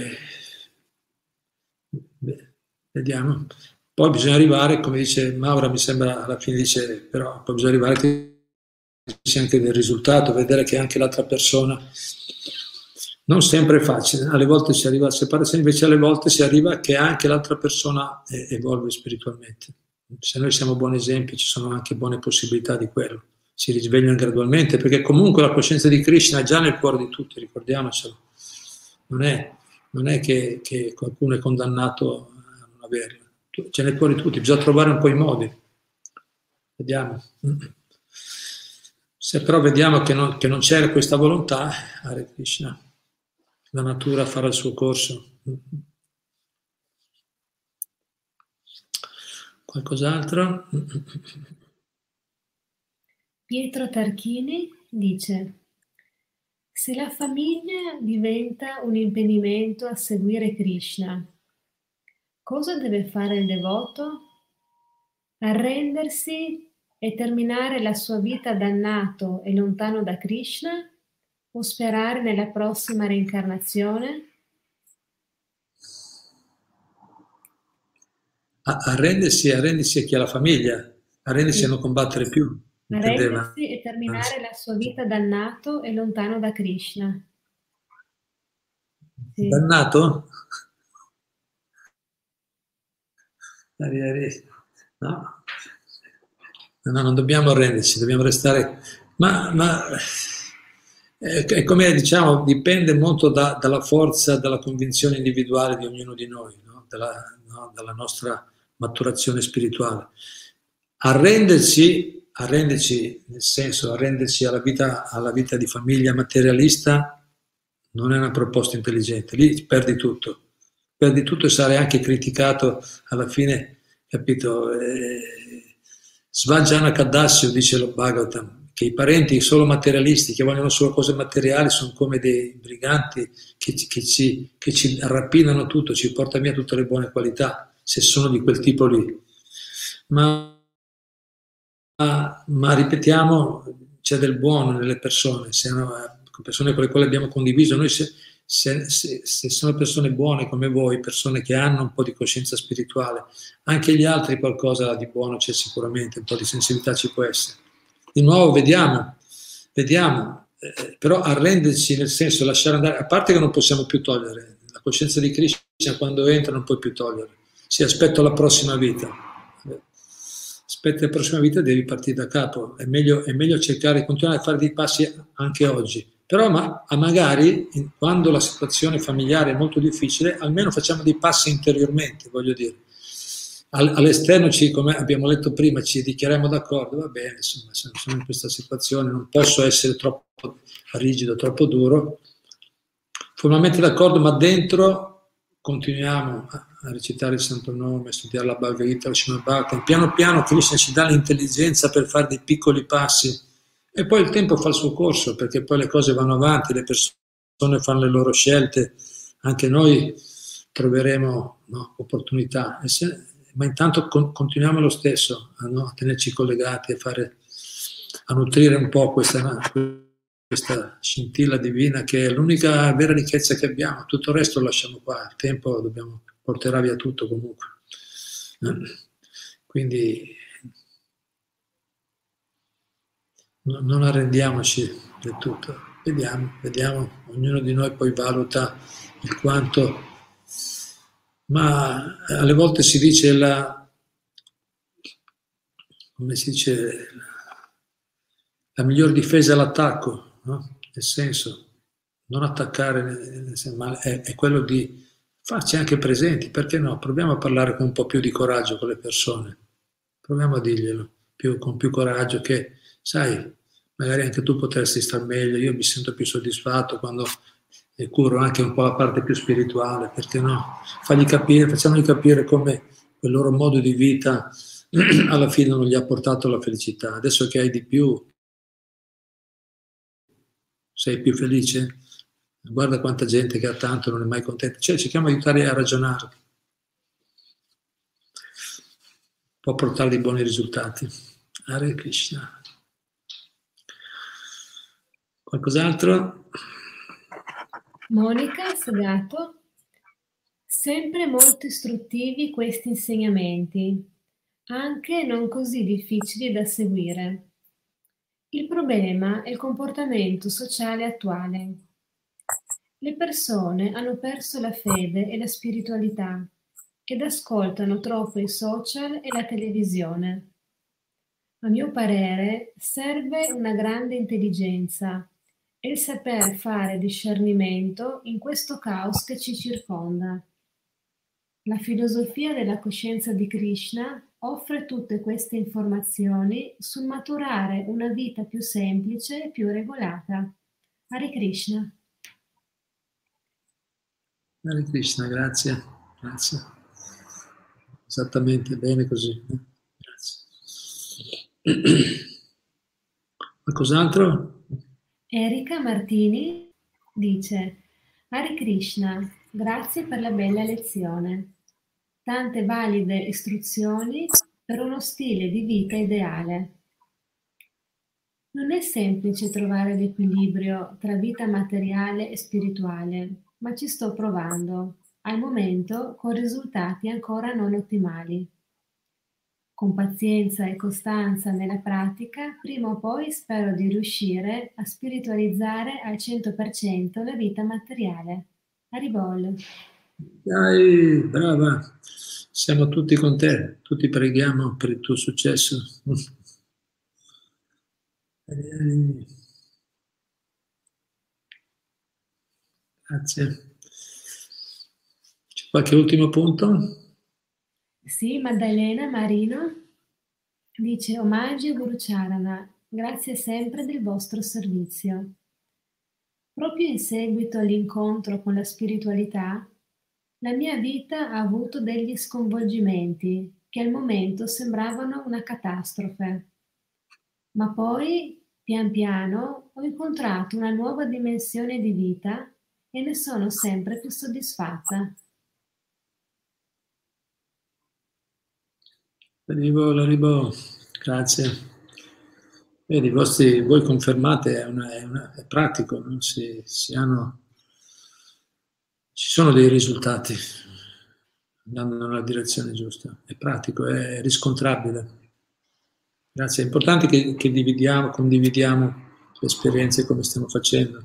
Vediamo. Poi bisogna arrivare, come dice Maura, mi sembra alla fine dice, però poi bisogna arrivare che ci sia anche del risultato, vedere che anche l'altra persona, non sempre è facile, alle volte si arriva a separazione, invece alle volte si arriva che anche l'altra persona evolve spiritualmente. Se noi siamo buoni esempi, ci sono anche buone possibilità di quello, si risvegliano gradualmente, perché comunque la coscienza di Krishna è già nel cuore di tutti, ricordiamocelo. Non è che qualcuno è condannato a non averla, c'è nel cuore di tutti, bisogna trovare un po' i modi. Vediamo. Se però vediamo che non c'è questa volontà, Hare Krishna, la natura farà il suo corso. Qualcos'altro? Pietro Tarchini dice: se la famiglia diventa un impedimento a seguire Krishna, cosa deve fare il devoto? Arrendersi e terminare la sua vita dannato e lontano da Krishna, o sperare nella prossima reincarnazione? Arrendersi a chi ha la famiglia, arrendersi a non combattere più. Arrendersi e terminare la sua vita dannato e lontano da Krishna. Sì. Dannato? No, non dobbiamo arrenderci, dobbiamo restare. Ma come diciamo, dipende molto dalla forza, dalla convinzione individuale di ognuno di noi, no? Dalla nostra maturazione spirituale. Arrenderci nel senso, arrenderci alla vita di famiglia materialista, non è una proposta intelligente, lì perdi tutto e sarai anche criticato alla fine, capito? Svajjana Kadassio dice lo Bhagavatam, che i parenti solo materialisti, che vogliono solo cose materiali, sono come dei briganti che ci rapinano tutto, ci portano via tutte le buone qualità, se sono di quel tipo lì. Ma ripetiamo, c'è del buono nelle persone, siano persone con le quali abbiamo condiviso. Noi se sono persone buone come voi, persone che hanno un po' di coscienza spirituale, anche gli altri qualcosa di buono c'è sicuramente, un po' di sensibilità ci può essere. Di nuovo vediamo, però arrenderci, nel senso lasciare andare, a parte che non possiamo più togliere, la coscienza di Krishna quando entra non puoi più togliere, si aspetta la prossima vita. Aspetta la prossima vita, devi partire da capo, è meglio cercare di continuare a fare dei passi anche oggi, però magari quando la situazione familiare è molto difficile, almeno facciamo dei passi interiormente, voglio dire. All'esterno, come abbiamo letto prima, ci dichiariamo d'accordo, va bene, insomma, sono in questa situazione, non posso essere troppo rigido, troppo duro, formalmente d'accordo, ma dentro continuiamo a recitare il Santo Nome, a studiare la Bhagavad Gita, la Srimad Bhagavatam. Piano piano Krishna ci dà l'intelligenza per fare dei piccoli passi e poi il tempo fa il suo corso, perché poi le cose vanno avanti, le persone fanno le loro scelte, anche noi troveremo opportunità. Ma intanto continuiamo lo stesso a tenerci collegati, a nutrire un po' questa scintilla divina che è l'unica vera ricchezza che abbiamo, tutto il resto lo lasciamo qua, il tempo porterà via tutto comunque. Quindi non arrendiamoci del tutto, vediamo, ognuno di noi poi valuta il quanto, ma alle volte si dice come si dice, la miglior difesa è l'attacco, no? Nel senso, non attaccare, ma è quello di farci anche presenti, perché no? Proviamo a parlare con un po' più di coraggio con le persone, proviamo a dirglielo con più coraggio che, sai, magari anche tu potresti star meglio, io mi sento più soddisfatto quando curo anche un po' la parte più spirituale, perché no? Facciamogli capire come quel loro modo di vita alla fine non gli ha portato la felicità. Adesso che hai di più, sei più felice? Guarda quanta gente che ha tanto non è mai contenta. Cioè, cerchiamo di aiutare a ragionare. Può portare dei buoni risultati. Hare Krishna. Qualcos'altro? Monica Sagato. Sempre molto istruttivi questi insegnamenti, anche non così difficili da seguire. Il problema è il comportamento sociale attuale. Le persone hanno perso la fede e la spiritualità ed ascoltano troppo i social e la televisione. A mio parere serve una grande intelligenza e il saper fare discernimento in questo caos che ci circonda. La filosofia della coscienza di Krishna offre tutte queste informazioni sul maturare una vita più semplice e più regolata. Hare Krishna. Hare Krishna, grazie. Esattamente, bene così. Grazie. Qualcos'altro? Erika Martini dice: Hare Krishna, grazie per la bella lezione. Tante valide istruzioni per uno stile di vita ideale. Non è semplice trovare l'equilibrio tra vita materiale e spirituale, ma ci sto provando, al momento con risultati ancora non ottimali. Con pazienza e costanza nella pratica, prima o poi spero di riuscire a spiritualizzare al 100% la vita materiale. Haribol. Dai, brava, siamo tutti con te, tutti preghiamo per il tuo successo. Grazie. C'è qualche ultimo punto? Sì, Maddalena Marino dice: omaggio Guru Charana, grazie sempre del vostro servizio. Proprio in seguito all'incontro con la spiritualità, la mia vita ha avuto degli sconvolgimenti che al momento sembravano una catastrofe. Ma poi, pian piano, ho incontrato una nuova dimensione di vita e ne sono sempre più soddisfatta. Arrivo, grazie. Vedi, voi confermate, è pratico, no? Ci sono dei risultati andando nella direzione giusta, è pratico, è riscontrabile. Grazie, è importante che condividiamo le esperienze come stiamo facendo.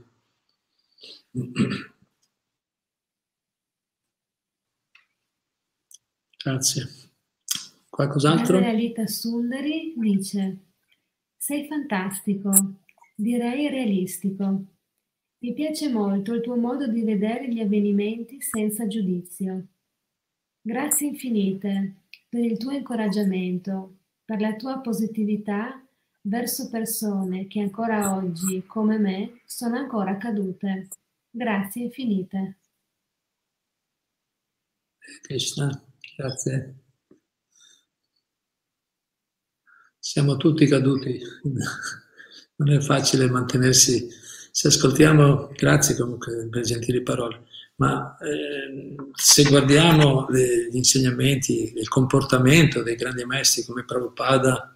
Grazie. Qualcos'altro? Lalita Sundari dice: sei fantastico, direi realistico. Mi piace molto il tuo modo di vedere gli avvenimenti senza giudizio. Grazie infinite per il tuo incoraggiamento, per la tua positività verso persone che ancora oggi, come me, sono ancora cadute. Grazie infinite. Krishna, grazie. Siamo tutti caduti, non è facile mantenersi, se ascoltiamo, grazie comunque per le gentili parole, ma se guardiamo gli insegnamenti, il comportamento dei grandi maestri come Prabhupada,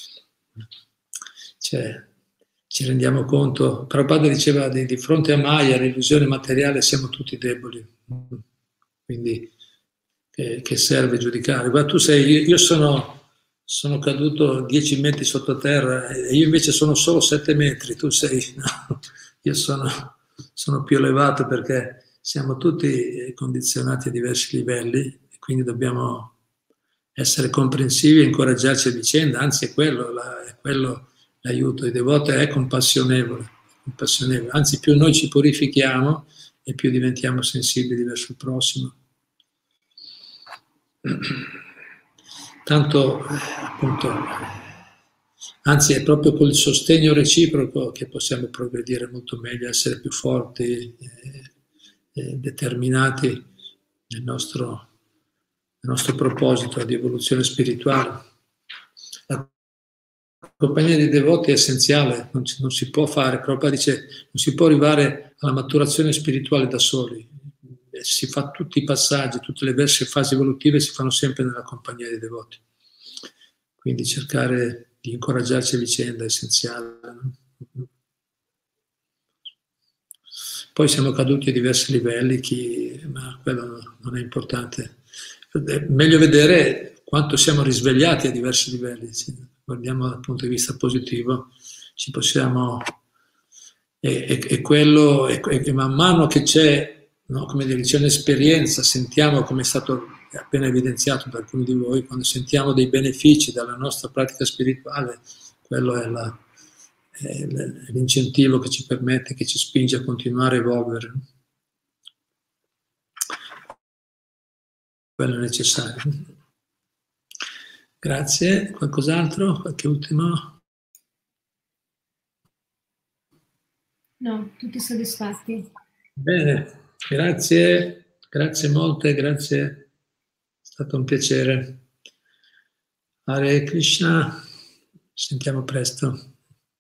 cioè, ci rendiamo conto, Prabhupada diceva di fronte a Maya, l'illusione materiale, siamo tutti deboli, quindi che serve giudicare? Guarda, io sono caduto 10 metri sottoterra e io invece sono solo 7 metri, tu sei, no, io sono più elevato perché siamo tutti condizionati a diversi livelli e quindi dobbiamo essere comprensivi e incoraggiarci a vicenda, anzi è quello l'aiuto, il devoto è compassionevole, anzi più noi ci purifichiamo e più diventiamo sensibili verso il prossimo. Tanto, appunto, anzi è proprio col sostegno reciproco che possiamo progredire molto meglio, essere più forti, determinati nel nostro proposito di evoluzione spirituale. La compagnia dei devoti è essenziale, non si può fare, Prabhupada dice, non si può arrivare alla maturazione spirituale da soli. Si fa tutti i passaggi, tutte le diverse fasi evolutive si fanno sempre nella compagnia dei devoti. Quindi cercare di incoraggiarci a vicenda è essenziale. Poi siamo caduti a diversi livelli, ma quello non è importante. È meglio vedere quanto siamo risvegliati a diversi livelli. Se guardiamo dal punto di vista positivo, ci possiamo... E man mano che c'è, no, come dire, c'è un'esperienza, sentiamo, come è stato appena evidenziato da alcuni di voi, quando sentiamo dei benefici dalla nostra pratica spirituale, quello è l'incentivo che ci permette, che ci spinge a continuare a evolvere. Quello è necessario. Grazie. Qualcos'altro? Qualche ultimo? No, tutti soddisfatti. Bene, grazie molte, grazie, è stato un piacere. Hare Krishna, ci sentiamo presto.